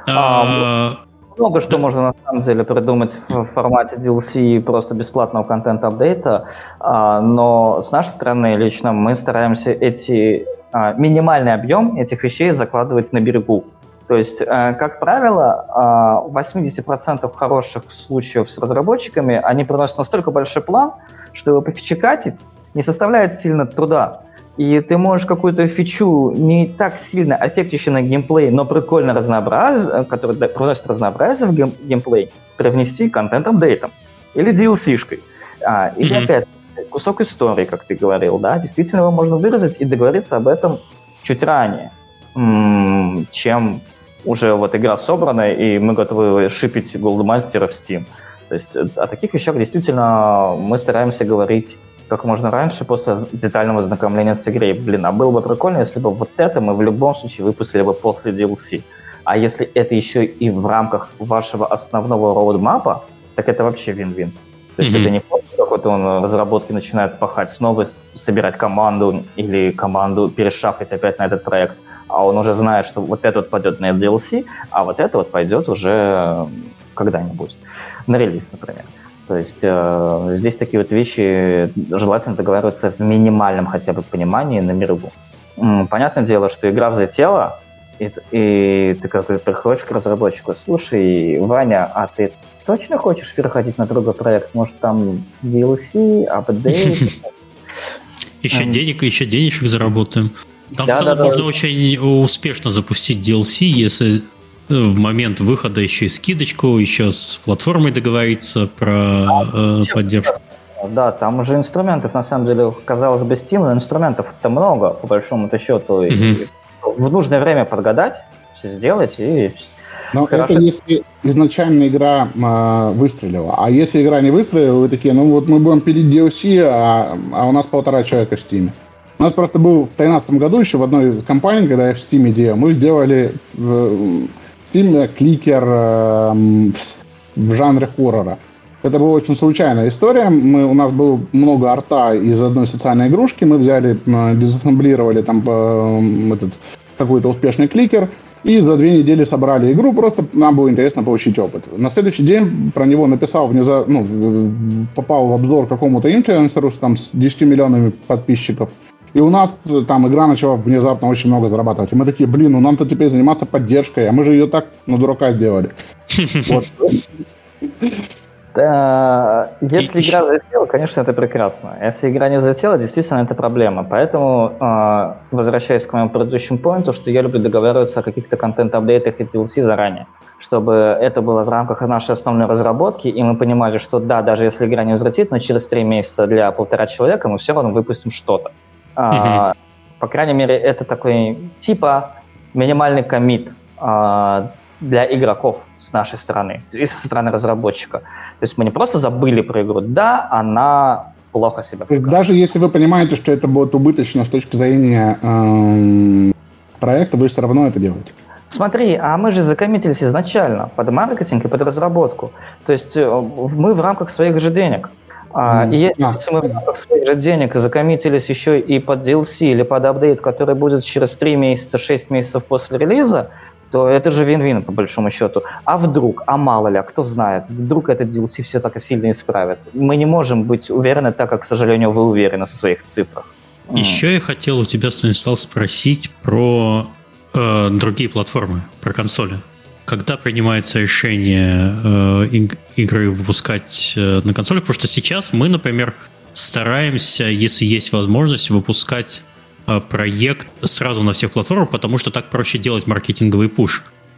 А, много что да. можно на самом деле придумать в формате ди эл си и просто бесплатного контент-апдейта, а, но с нашей стороны лично мы стараемся эти а, минимальный объем этих вещей закладывать на берегу. То есть, а, как правило, а, восемьдесят процентов хороших случаев с разработчиками, они приносят настолько большой план, что его пофичекатить не составляет сильно труда. И ты можешь какую-то фичу не так сильно аффектящую на геймплей, но прикольно разнообразие, который приносит разнообразие в гейм- геймплей, привнести контент-апдейтом или ди эл си-шкой. А, или mm-hmm. опять кусок истории, как ты говорил, да, действительно его можно выразить и договориться об этом чуть ранее, м- чем уже вот игра собрана, и мы готовы шипить Голдмастера в Steam. То есть о таких вещах действительно мы стараемся говорить как можно раньше, после детального ознакомления с игрой. Блин, а было бы прикольно, если бы вот это мы в любом случае выпустили бы после ди эл си. А если это еще и в рамках вашего основного роудмапа, так это вообще вин-вин. То есть mm-hmm. это не просто как вот он разработки начинает пахать снова, собирать команду или команду перешафать опять на этот проект, а он уже знает, что вот это вот пойдет на ди эл си, а вот это вот пойдет уже когда-нибудь на релиз, например. То есть э, здесь такие вот вещи желательно договариваться в минимальном хотя бы понимании на берегу. М, понятное дело, что игра взлетела, и, и ты как бы приходишь к разработчику: слушай, Ваня, а ты точно хочешь переходить на другой проект? Может, там ди эл си, апдейт? Еще денег, еще денежек заработаем. Там в целом можно очень успешно запустить ди эл си, если в момент выхода еще и скидочку, еще с платформой договориться про э, поддержку. Да, там уже инструментов, на самом деле, казалось бы, Steam, инструментов-то много, по большому-то счету. Угу. И в нужное время подгадать, все сделать и... Но хорошо. Это если изначально игра э, выстрелила. А если игра не выстрелила, вы такие: ну вот мы будем пилить ди эл си, а, а у нас полтора человека в Steam. У нас просто был в две тысячи тринадцатом году еще в одной из компаний, когда я в Steam делал, мы сделали в Steam кликер э, в жанре хоррора. Это была очень случайная история. Мы, у нас было много арта из одной социальной игрушки. Мы взяли, э, дезассемблировали там э, этот какой-то успешный кликер и за две недели собрали игру. Просто нам было интересно получить опыт. На следующий день про него написал, внезапно, ну, попал в обзор какому-то инфлюенсеру там, с десятью миллионами подписчиков. И у нас там игра начала внезапно очень много зарабатывать. И мы такие: блин, ну нам-то теперь заниматься поддержкой, а мы же ее так на дурака сделали. Да, если И игра еще... залетела, конечно, это прекрасно. Если игра не залетела, действительно, это проблема. Поэтому, э, возвращаясь к моему предыдущему поинту, что я люблю договариваться о каких-то контент-апдейтах и ди эл си заранее, чтобы это было в рамках нашей основной разработки, и мы понимали, что да, даже если игра не взлетит, но через три месяца для полтора человека мы все равно выпустим что-то. Uh-huh. Э, по крайней мере, это такой типа минимальный коммит э, для игроков с нашей стороны и со стороны разработчика. То есть мы не просто забыли про игру, да, она плохо себя показывает. Даже если вы понимаете, что это будет убыточно с точки зрения э, проекта, вы все равно это делаете. Смотри, а мы же закоммитились изначально под маркетинг и под разработку. То есть мы в рамках своих же денег. Mm. И если а. мы в рамках своих же денег закоммитились еще и под ди эл си или под апдейт, который будет через три месяца, шесть месяцев после релиза, то это же вин-вин, по большому счету. А вдруг, а мало ли, а кто знает, вдруг этот ди эл си все так и сильно исправит. Мы не можем быть уверены так, как, к сожалению, вы уверены в своих цифрах. Еще mm. я хотел у тебя, Станислав, спросить про э, другие платформы, про консоли. Когда принимается решение э, иг- игры выпускать э, на консолях? Потому что сейчас мы, например, стараемся, если есть возможность, выпускать проект сразу на всех платформах, потому что так проще делать маркетинговый пуш.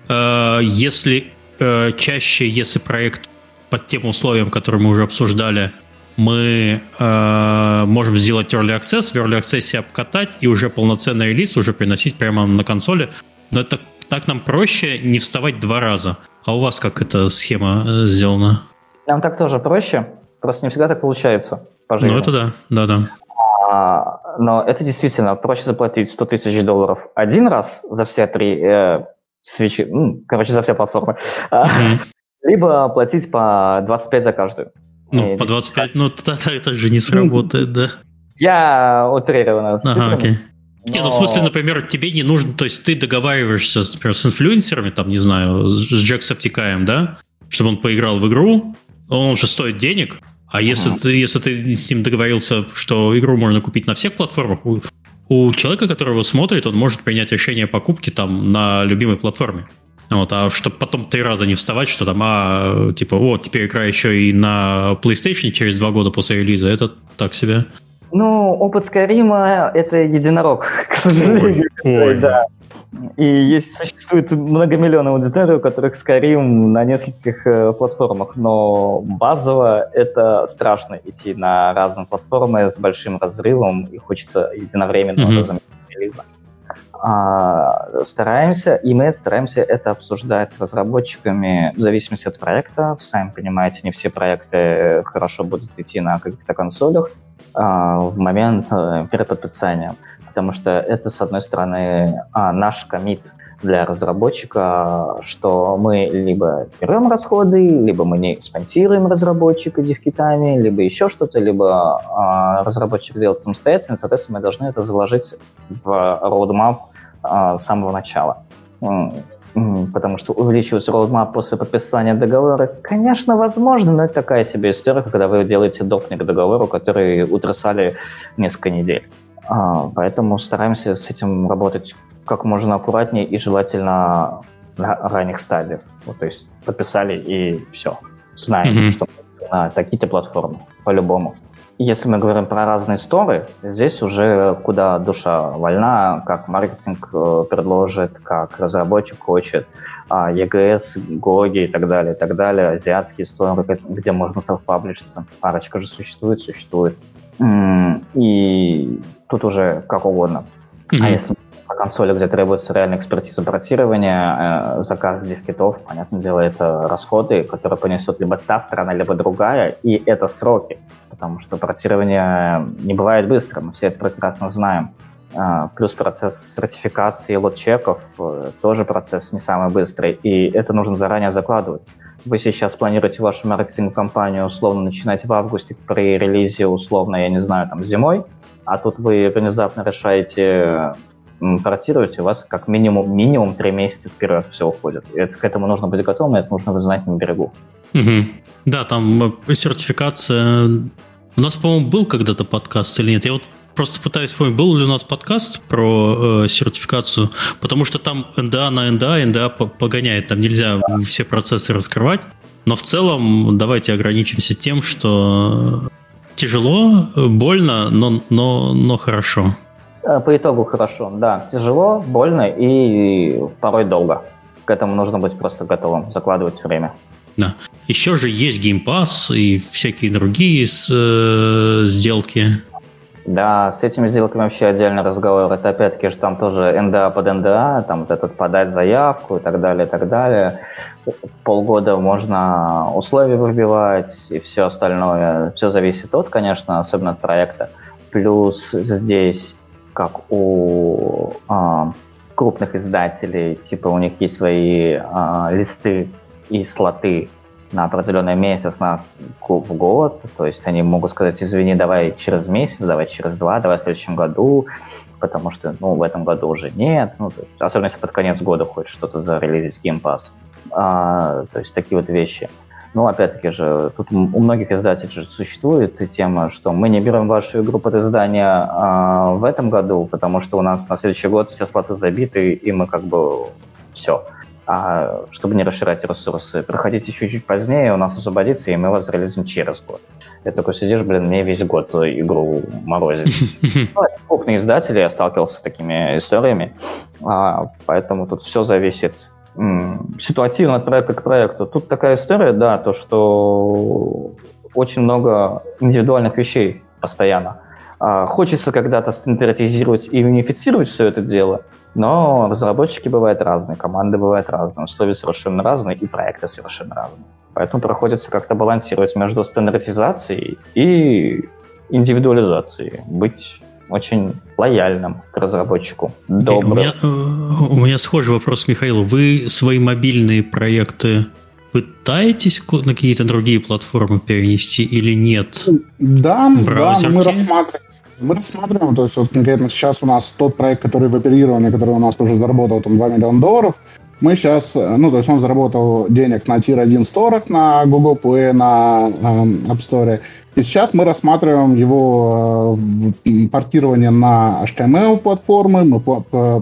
Если чаще, если проект под тем условиям, которые мы уже обсуждали, мы можем сделать Early Access, в Early Access обкатать и уже полноценный релиз уже приносить прямо на консоли. Но это, так нам проще не вставать два раза. А у вас как эта схема сделана? Нам так тоже проще, просто не всегда так получается по жизни. Ну это да, да-да. Но это действительно проще заплатить сто тысяч долларов один раз за все три э, свечи, ну, короче, за все платформы, mm-hmm. либо платить по двадцать пять за каждую. Ну, и по двадцать пять, ну, это, это же не сработает, да. Я утрированно. Ага, окей. Но... Не, ну, в смысле, например, тебе не нужно, то есть ты договариваешься, например, с инфлюенсерами, там, не знаю, с Джексептикаем, да, чтобы он поиграл в игру, он же стоит денег. А если, uh-huh. ты, если ты с ним договорился, что игру можно купить на всех платформах, у, у человека, который его смотрит, он может принять решение о покупке там на любимой платформе. Вот, а чтобы потом три раза не вставать, что там, а, типа, вот, теперь игра еще и на PlayStation через два года после релиза, это так себе. Ну, опыт Скайрима — это единорог, к сожалению. Ой, ой. Да. И есть, существует многомиллионная аудитория, у которых Skyrim на нескольких э, платформах, но базово это страшно идти на разные платформы с большим разрывом, и хочется единовременного mm-hmm. разумения релиза. А, стараемся, и мы стараемся это обсуждать с разработчиками в зависимости от проекта. Сами понимаете, не все проекты хорошо будут идти на каких-то консолях а, в момент а, перед подписанием. Потому что это, с одной стороны, а, наш коммит для разработчика, что мы либо берем расходы, либо мы не спонсируем разработчика дивкитами, либо еще что-то, либо а, разработчик делает самостоятельно, соответственно, мы должны это заложить в roadmap а, с самого начала. Потому что увеличивать roadmap после подписания договора, конечно, возможно, но это такая себе история, когда вы делаете допник к договору, который утрясали несколько недель. А, поэтому стараемся с этим работать как можно аккуратнее и желательно на ранних стадиях. Вот, то есть подписали и все. Знаем, mm-hmm. что на такие-то платформы, по-любому. Если мы говорим про разные сторы, здесь уже куда душа вольна, как маркетинг предложит, как разработчик хочет, и джи эс, Гоги и так далее, и так далее, азиатские сторы, где можно селф-паблишиться. Парочка же существует, существует. И тут уже как угодно. Mm-hmm. А если по консоли, где требуется реальная экспертиза портирования, э, заказ дивкитов, понятное дело, это расходы, которые понесет либо та сторона, либо другая, и это сроки, потому что портирование не бывает быстро, мы все это прекрасно знаем. Э, плюс процесс сертификации лот-чеков, э, тоже процесс не самый быстрый, и это нужно заранее закладывать. Вы сейчас планируете вашу маркетинг-кампанию условно начинать в августе при релизе, условно, я не знаю, там, зимой, а тут вы внезапно решаете портировать, у вас как минимум минимум три месяца вперед все уходит. И это, к этому нужно быть готовым, и это нужно знать на берегу. Угу. Да, там сертификация... У нас, по-моему, был когда-то подкаст или нет? Я вот просто пытаюсь вспомнить, был ли у нас подкаст про э, сертификацию, потому что там эн ди эй на эн ди эй, эн ди эй погоняет, там нельзя все процессы раскрывать. Но в целом давайте ограничимся тем, что тяжело, больно, но, но, но хорошо. По итогу хорошо, да. Тяжело, больно и порой долго. К этому нужно быть просто готовым, закладывать время. Да. Еще же есть Game Pass и всякие другие с, э, сделки. Да, с этими сделками вообще отдельный разговор. Это опять-таки же там тоже эн ди эй под эн ди эй, там вот этот подать заявку и так далее, и так далее. Полгода можно условия выбивать и все остальное. Все зависит от, конечно, особенно от проекта. Плюс здесь, как у а, крупных издателей, типа у них есть свои а, листы и слоты на определенный месяц, на в год. То есть они могут сказать: извини, давай через месяц, давай через два, давай в следующем году, потому что ну, в этом году уже нет. Ну, то есть, особенно если под конец года хочешь что-то зарелизить в Game Pass. А, то есть такие вот вещи. Ну, опять-таки же, тут у многих издателей же существует тема, что мы не берем вашу игру под издание а, в этом году, потому что у нас на следующий год все слоты забиты, и мы как бы все. А чтобы не расширять ресурсы, проходите чуть-чуть позднее, у нас освободится, и мы вас зарелизим через год. Я такой сидишь, блин, мне весь год игру морозит. Крупные издатели, я сталкивался с такими историями, а, поэтому тут все зависит ситуативно от проекта к проекту. Тут такая история, да, то, что очень много индивидуальных вещей постоянно. А, хочется когда-то стандартизировать и унифицировать все это дело, но разработчики бывают разные, команды бывают разные, условия совершенно разные и проекты совершенно разные. Поэтому приходится как-то балансировать между стандартизацией и индивидуализацией, быть очень лояльным к разработчику. Добрым. У меня, у меня схожий вопрос, Михаил. Вы свои мобильные проекты пытаетесь на какие-то другие платформы перенести или нет? Да, да, мы рассматриваем. Мы рассматриваем, то есть вот конкретно сейчас у нас тот проект, который в оперировании, который у нас уже заработал там два миллиона долларов, мы сейчас, ну, то есть он заработал денег на тир один сторах, на Google Play, на э, App Store, и сейчас мы рассматриваем его э, портирование на эйч ти эм эл-платформы, мы э,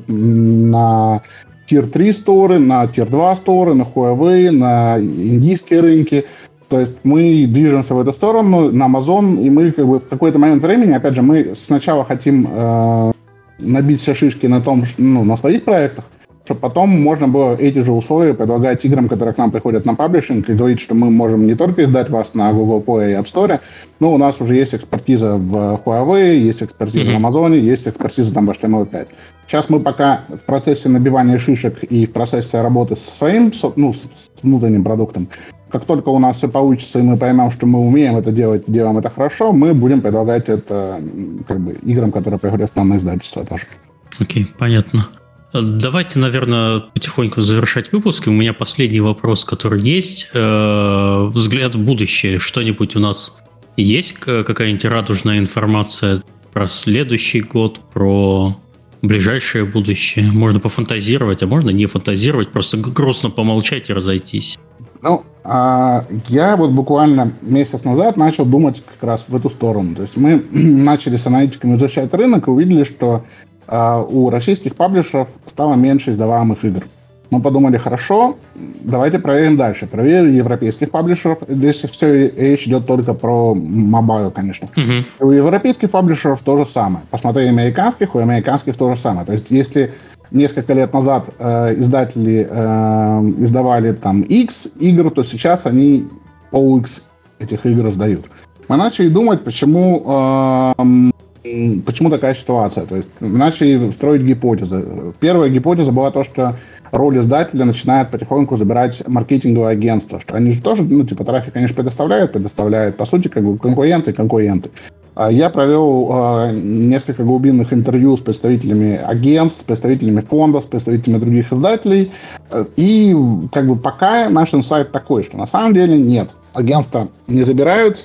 на тир три сторы, на тир два сторы, на Huawei, на индийские рынки. То есть мы движемся в эту сторону, на Amazon, и мы как бы в какой-то момент времени, опять же, мы сначала хотим э, набить все шишки на том, ну, на своих проектах, чтобы потом можно было эти же условия предлагать играм, которые к нам приходят на паблишинг, и говорить, что мы можем не только издать вас на Google Play и App Store, но у нас уже есть экспертиза в Huawei, есть экспертиза mm-hmm. в Amazon, есть экспертиза там в эйч ти эм эл пять. Сейчас мы пока в процессе набивания шишек и в процессе работы со своим, ну, с внутренним продуктом. Как только у нас все получится, и мы поймем, что мы умеем это делать, делаем это хорошо, мы будем предлагать это как бы играм, которые приходят к нам на издательство тоже. Окей, okay, понятно. Давайте, наверное, потихоньку завершать выпуск. И у меня последний вопрос, который есть. Взгляд в будущее. Что-нибудь у нас есть? Какая-нибудь радужная информация про следующий год, про ближайшее будущее? Можно пофантазировать, а можно не фантазировать, просто грустно помолчать и разойтись. Ну, я вот буквально месяц назад начал думать как раз в эту сторону. То есть мы начали с аналитиками изучать рынок и увидели, что у российских паблишеров стало меньше издаваемых игр. Мы подумали, хорошо, давайте проверим дальше. Проверили европейских паблишеров. Здесь все речь идет только про мобайл, конечно. Uh-huh. У европейских паблишеров то же самое. Посмотри американских, у американских то же самое. То есть если несколько лет назад э, издатели э, издавали там X игр, то сейчас они пол X этих игр издают. Мы начали думать, почему... Э, Почему такая ситуация? То есть начали строить гипотезы. Первая гипотеза была то, что роль издателя начинает потихоньку забирать маркетинговое агентство, что они же тоже, ну, типа, трафик, конечно, предоставляют, предоставляют, по сути, как бы конкуренты и конкуренты. Я провел э, несколько глубинных интервью с представителями агентств, с представителями фондов, с представителями других издателей, и как бы пока наш инсайт такой, что на самом деле нет. Агентства не забирают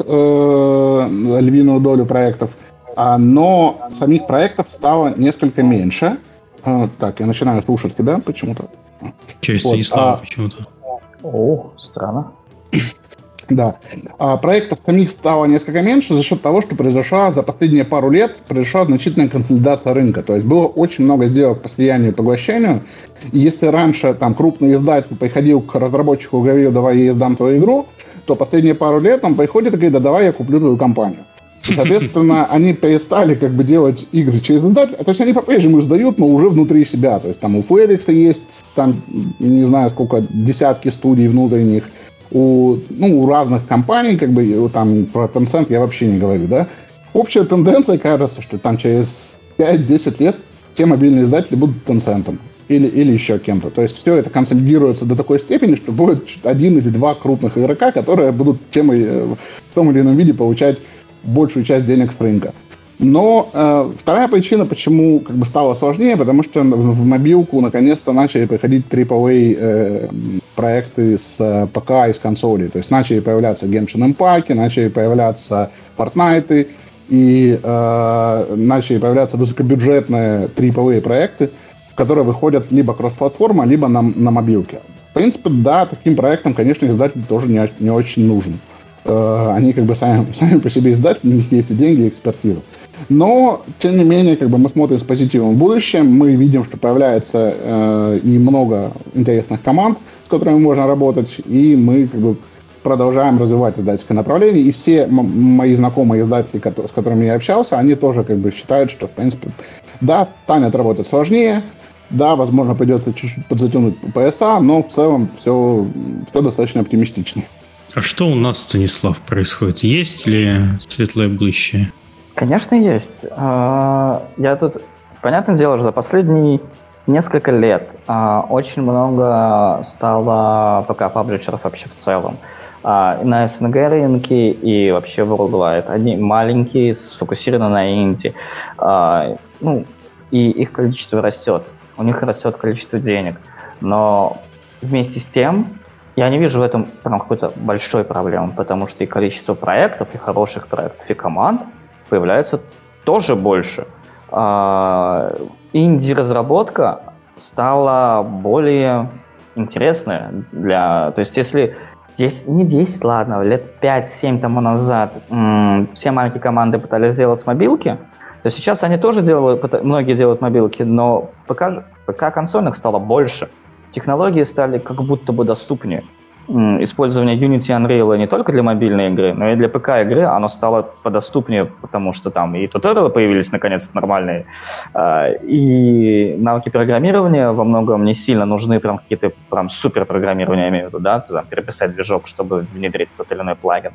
э, львиную долю проектов, но самих проектов стало несколько меньше. Так, я начинаю слушать тебя почему-то. Через вот, Станислава а... почему-то. О, странно. Да. А проектов самих стало несколько меньше за счет того, что произошла за последние пару лет произошла значительная консолидация рынка. То есть было очень много сделок по слиянию и поглощению. И если раньше там крупный издатель приходил к разработчику и говорил, давай я издам твою игру, то последние пару лет он приходит и говорит, да давай я куплю твою компанию. И, соответственно, они перестали как бы делать игры через издателя. То есть они по-прежнему издают, но уже внутри себя. То есть там у Феликса есть, там, не знаю, сколько, десятки студий внутренних. У, ну, у разных компаний, как бы, там, про Tencent я вообще не говорю, да. Общая тенденция, кажется, что там через пять-десять лет все мобильные издатели будут Tencent или, или еще кем-то. То есть все это консолидируется до такой степени, что будет один или два крупных игрока, которые будут тем, в том или ином виде получать большую часть денег с рынка. Но э, вторая причина, почему как бы стало сложнее, потому что в, в мобилку наконец-то начали приходить три эй э, проекты с э, ПК и с консолей. То есть начали появляться Genshin Impact, начали появляться Fortnite и э, начали появляться высокобюджетные три эй проекты, которые выходят либо кросс-платформа, либо на, на мобилке. В принципе, да, таким проектам, конечно, издатель тоже не, не очень нужен. Э, они как бы сами, сами по себе издатели, у них есть и деньги, и экспертиза. Но, тем не менее, как бы мы смотрим с позитивом в будущем, мы видим, что появляется э, и много интересных команд, с которыми можно работать, и мы как бы продолжаем развивать издательское направление, и все м- мои знакомые издатели, которые, с которыми я общался, они тоже как бы считают, что, в принципе, да, станет работать сложнее, да, возможно, придется чуть-чуть подзатянуть пояса, но в целом все, все достаточно оптимистично. А что у нас, Станислав, происходит? Есть ли светлое будущее? Конечно, есть. Я тут, понятное дело, что за последние несколько лет очень много стало ПК-паблишеров вообще в целом. И на СНГ рынке, и вообще worldwide. Они маленькие, сфокусированы на инди. Ну, и их количество растет. У них растет количество денег. Но вместе с тем, я не вижу в этом прям какой-то большой проблемы, потому что и количество проектов, и хороших проектов, и команд появляется тоже больше. Инди-разработка стала более интересная для... То есть если десять, не десять, ладно, лет пять-семь тому назад м- все маленькие команды пытались сделать с мобилки, то сейчас они тоже делают, многие делают мобилки, но ПК, ПК-консольных стало больше. Технологии стали как будто бы доступнее. Использование Unity и Unreal не только для мобильной игры, но и для ПК-игры оно стало подоступнее, потому что там и туториалы появились наконец-то нормальные, и навыки программирования во многом не сильно нужны, прям какие-то прям суперпрограммирования, я имею в виду, да, там, переписать движок, чтобы внедрить тот или иной плагин.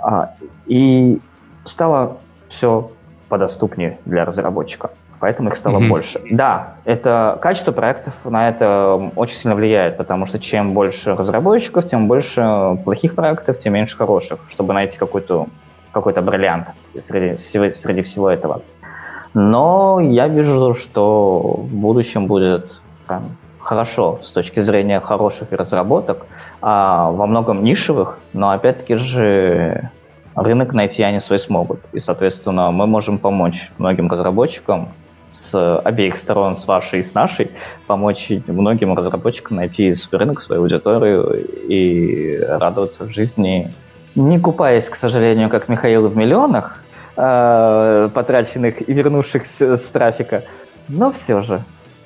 И стало все подоступнее для разработчика. Поэтому их стало mm-hmm. больше. Да, это качество проектов на это очень сильно влияет, потому что чем больше разработчиков, тем больше плохих проектов, тем меньше хороших, чтобы найти какой-то, какой-то бриллиант среди, среди всего этого. Но я вижу, что в будущем будет прям хорошо с точки зрения хороших разработок, а во многом нишевых, но опять-таки же рынок найти они свой смогут. И, соответственно, мы можем помочь многим разработчикам с обеих сторон, с вашей и с нашей, помочь многим разработчикам найти свой рынок, свою аудиторию и радоваться в жизни, не купаясь, к сожалению, как Михаил, в миллионах, э, потраченных и вернувшихся с трафика, но все же.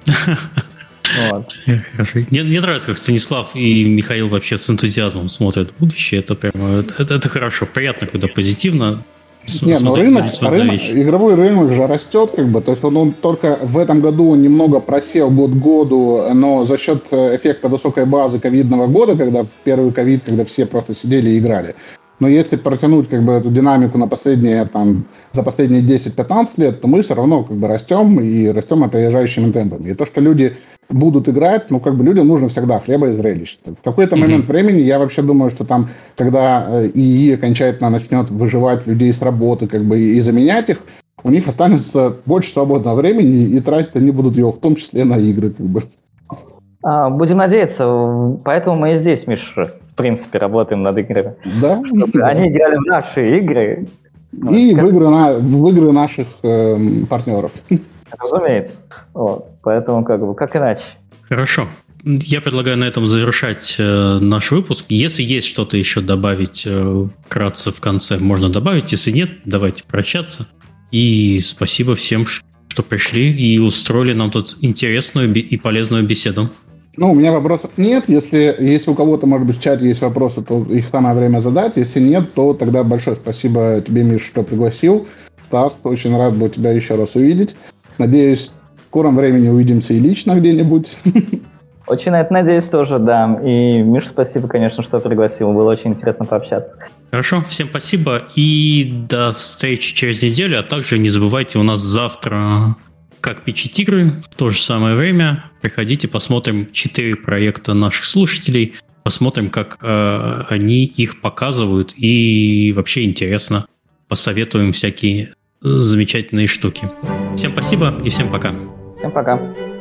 Вот. Мне, мне нравится, как Станислав и Михаил вообще с энтузиазмом смотрят в будущее. Это прямо это, это хорошо, приятно, когда позитивно. Не, но рынок, рынок, игровой рынок же растет, как бы, то есть он, он только в этом году он немного просел год к году, но за счет эффекта высокой базы ковидного года, когда первый ковид, когда все просто сидели и играли. Но если протянуть как бы эту динамику на последние, там, за последние десять-пятнадцать лет, то мы все равно как бы растем и растем опережающими темпами. И то, что люди будут играть, ну, как бы людям нужно всегда хлеба и зрелищ. В какой-то mm-hmm. момент времени я вообще думаю, что там, когда ИИ окончательно начнет выживать людей с работы, как бы, и заменять их, у них останется больше свободного времени, и тратить они будут его в том числе на игры, как бы. Будем надеяться, поэтому мы и здесь, Миша, в принципе, работаем над играми. Да? Чтобы да. Они играли в наши игры. И вот, в, игры на, в игры наших э, партнеров. Разумеется. Вот. Поэтому как бы, как иначе. Хорошо. я предлагаю на этом завершать э, наш выпуск. Если есть что-то еще добавить э, вкратце в конце, можно добавить. Если нет, давайте прощаться. И спасибо всем, что пришли и устроили нам тут интересную и полезную беседу. Ну, у меня вопросов нет. Если, если у кого-то, может быть, в чате есть вопросы, то их самое время задать. Если нет, то тогда большое спасибо тебе, Миш, что пригласил. Стас, очень рад был тебя еще раз увидеть. Надеюсь, в скором времени увидимся и лично где-нибудь. Очень на это надеюсь тоже, да. И, Миш, спасибо, конечно, что пригласил. Было очень интересно пообщаться. Хорошо, всем спасибо. И до встречи через неделю. А также не забывайте, у нас завтра «Как пичить игры» в то же самое время. Приходите, посмотрим четыре проекта наших слушателей. Посмотрим, как э, они их показывают. И вообще интересно. Посоветуем всякие замечательные штуки. Всем спасибо и всем пока. Всем пока.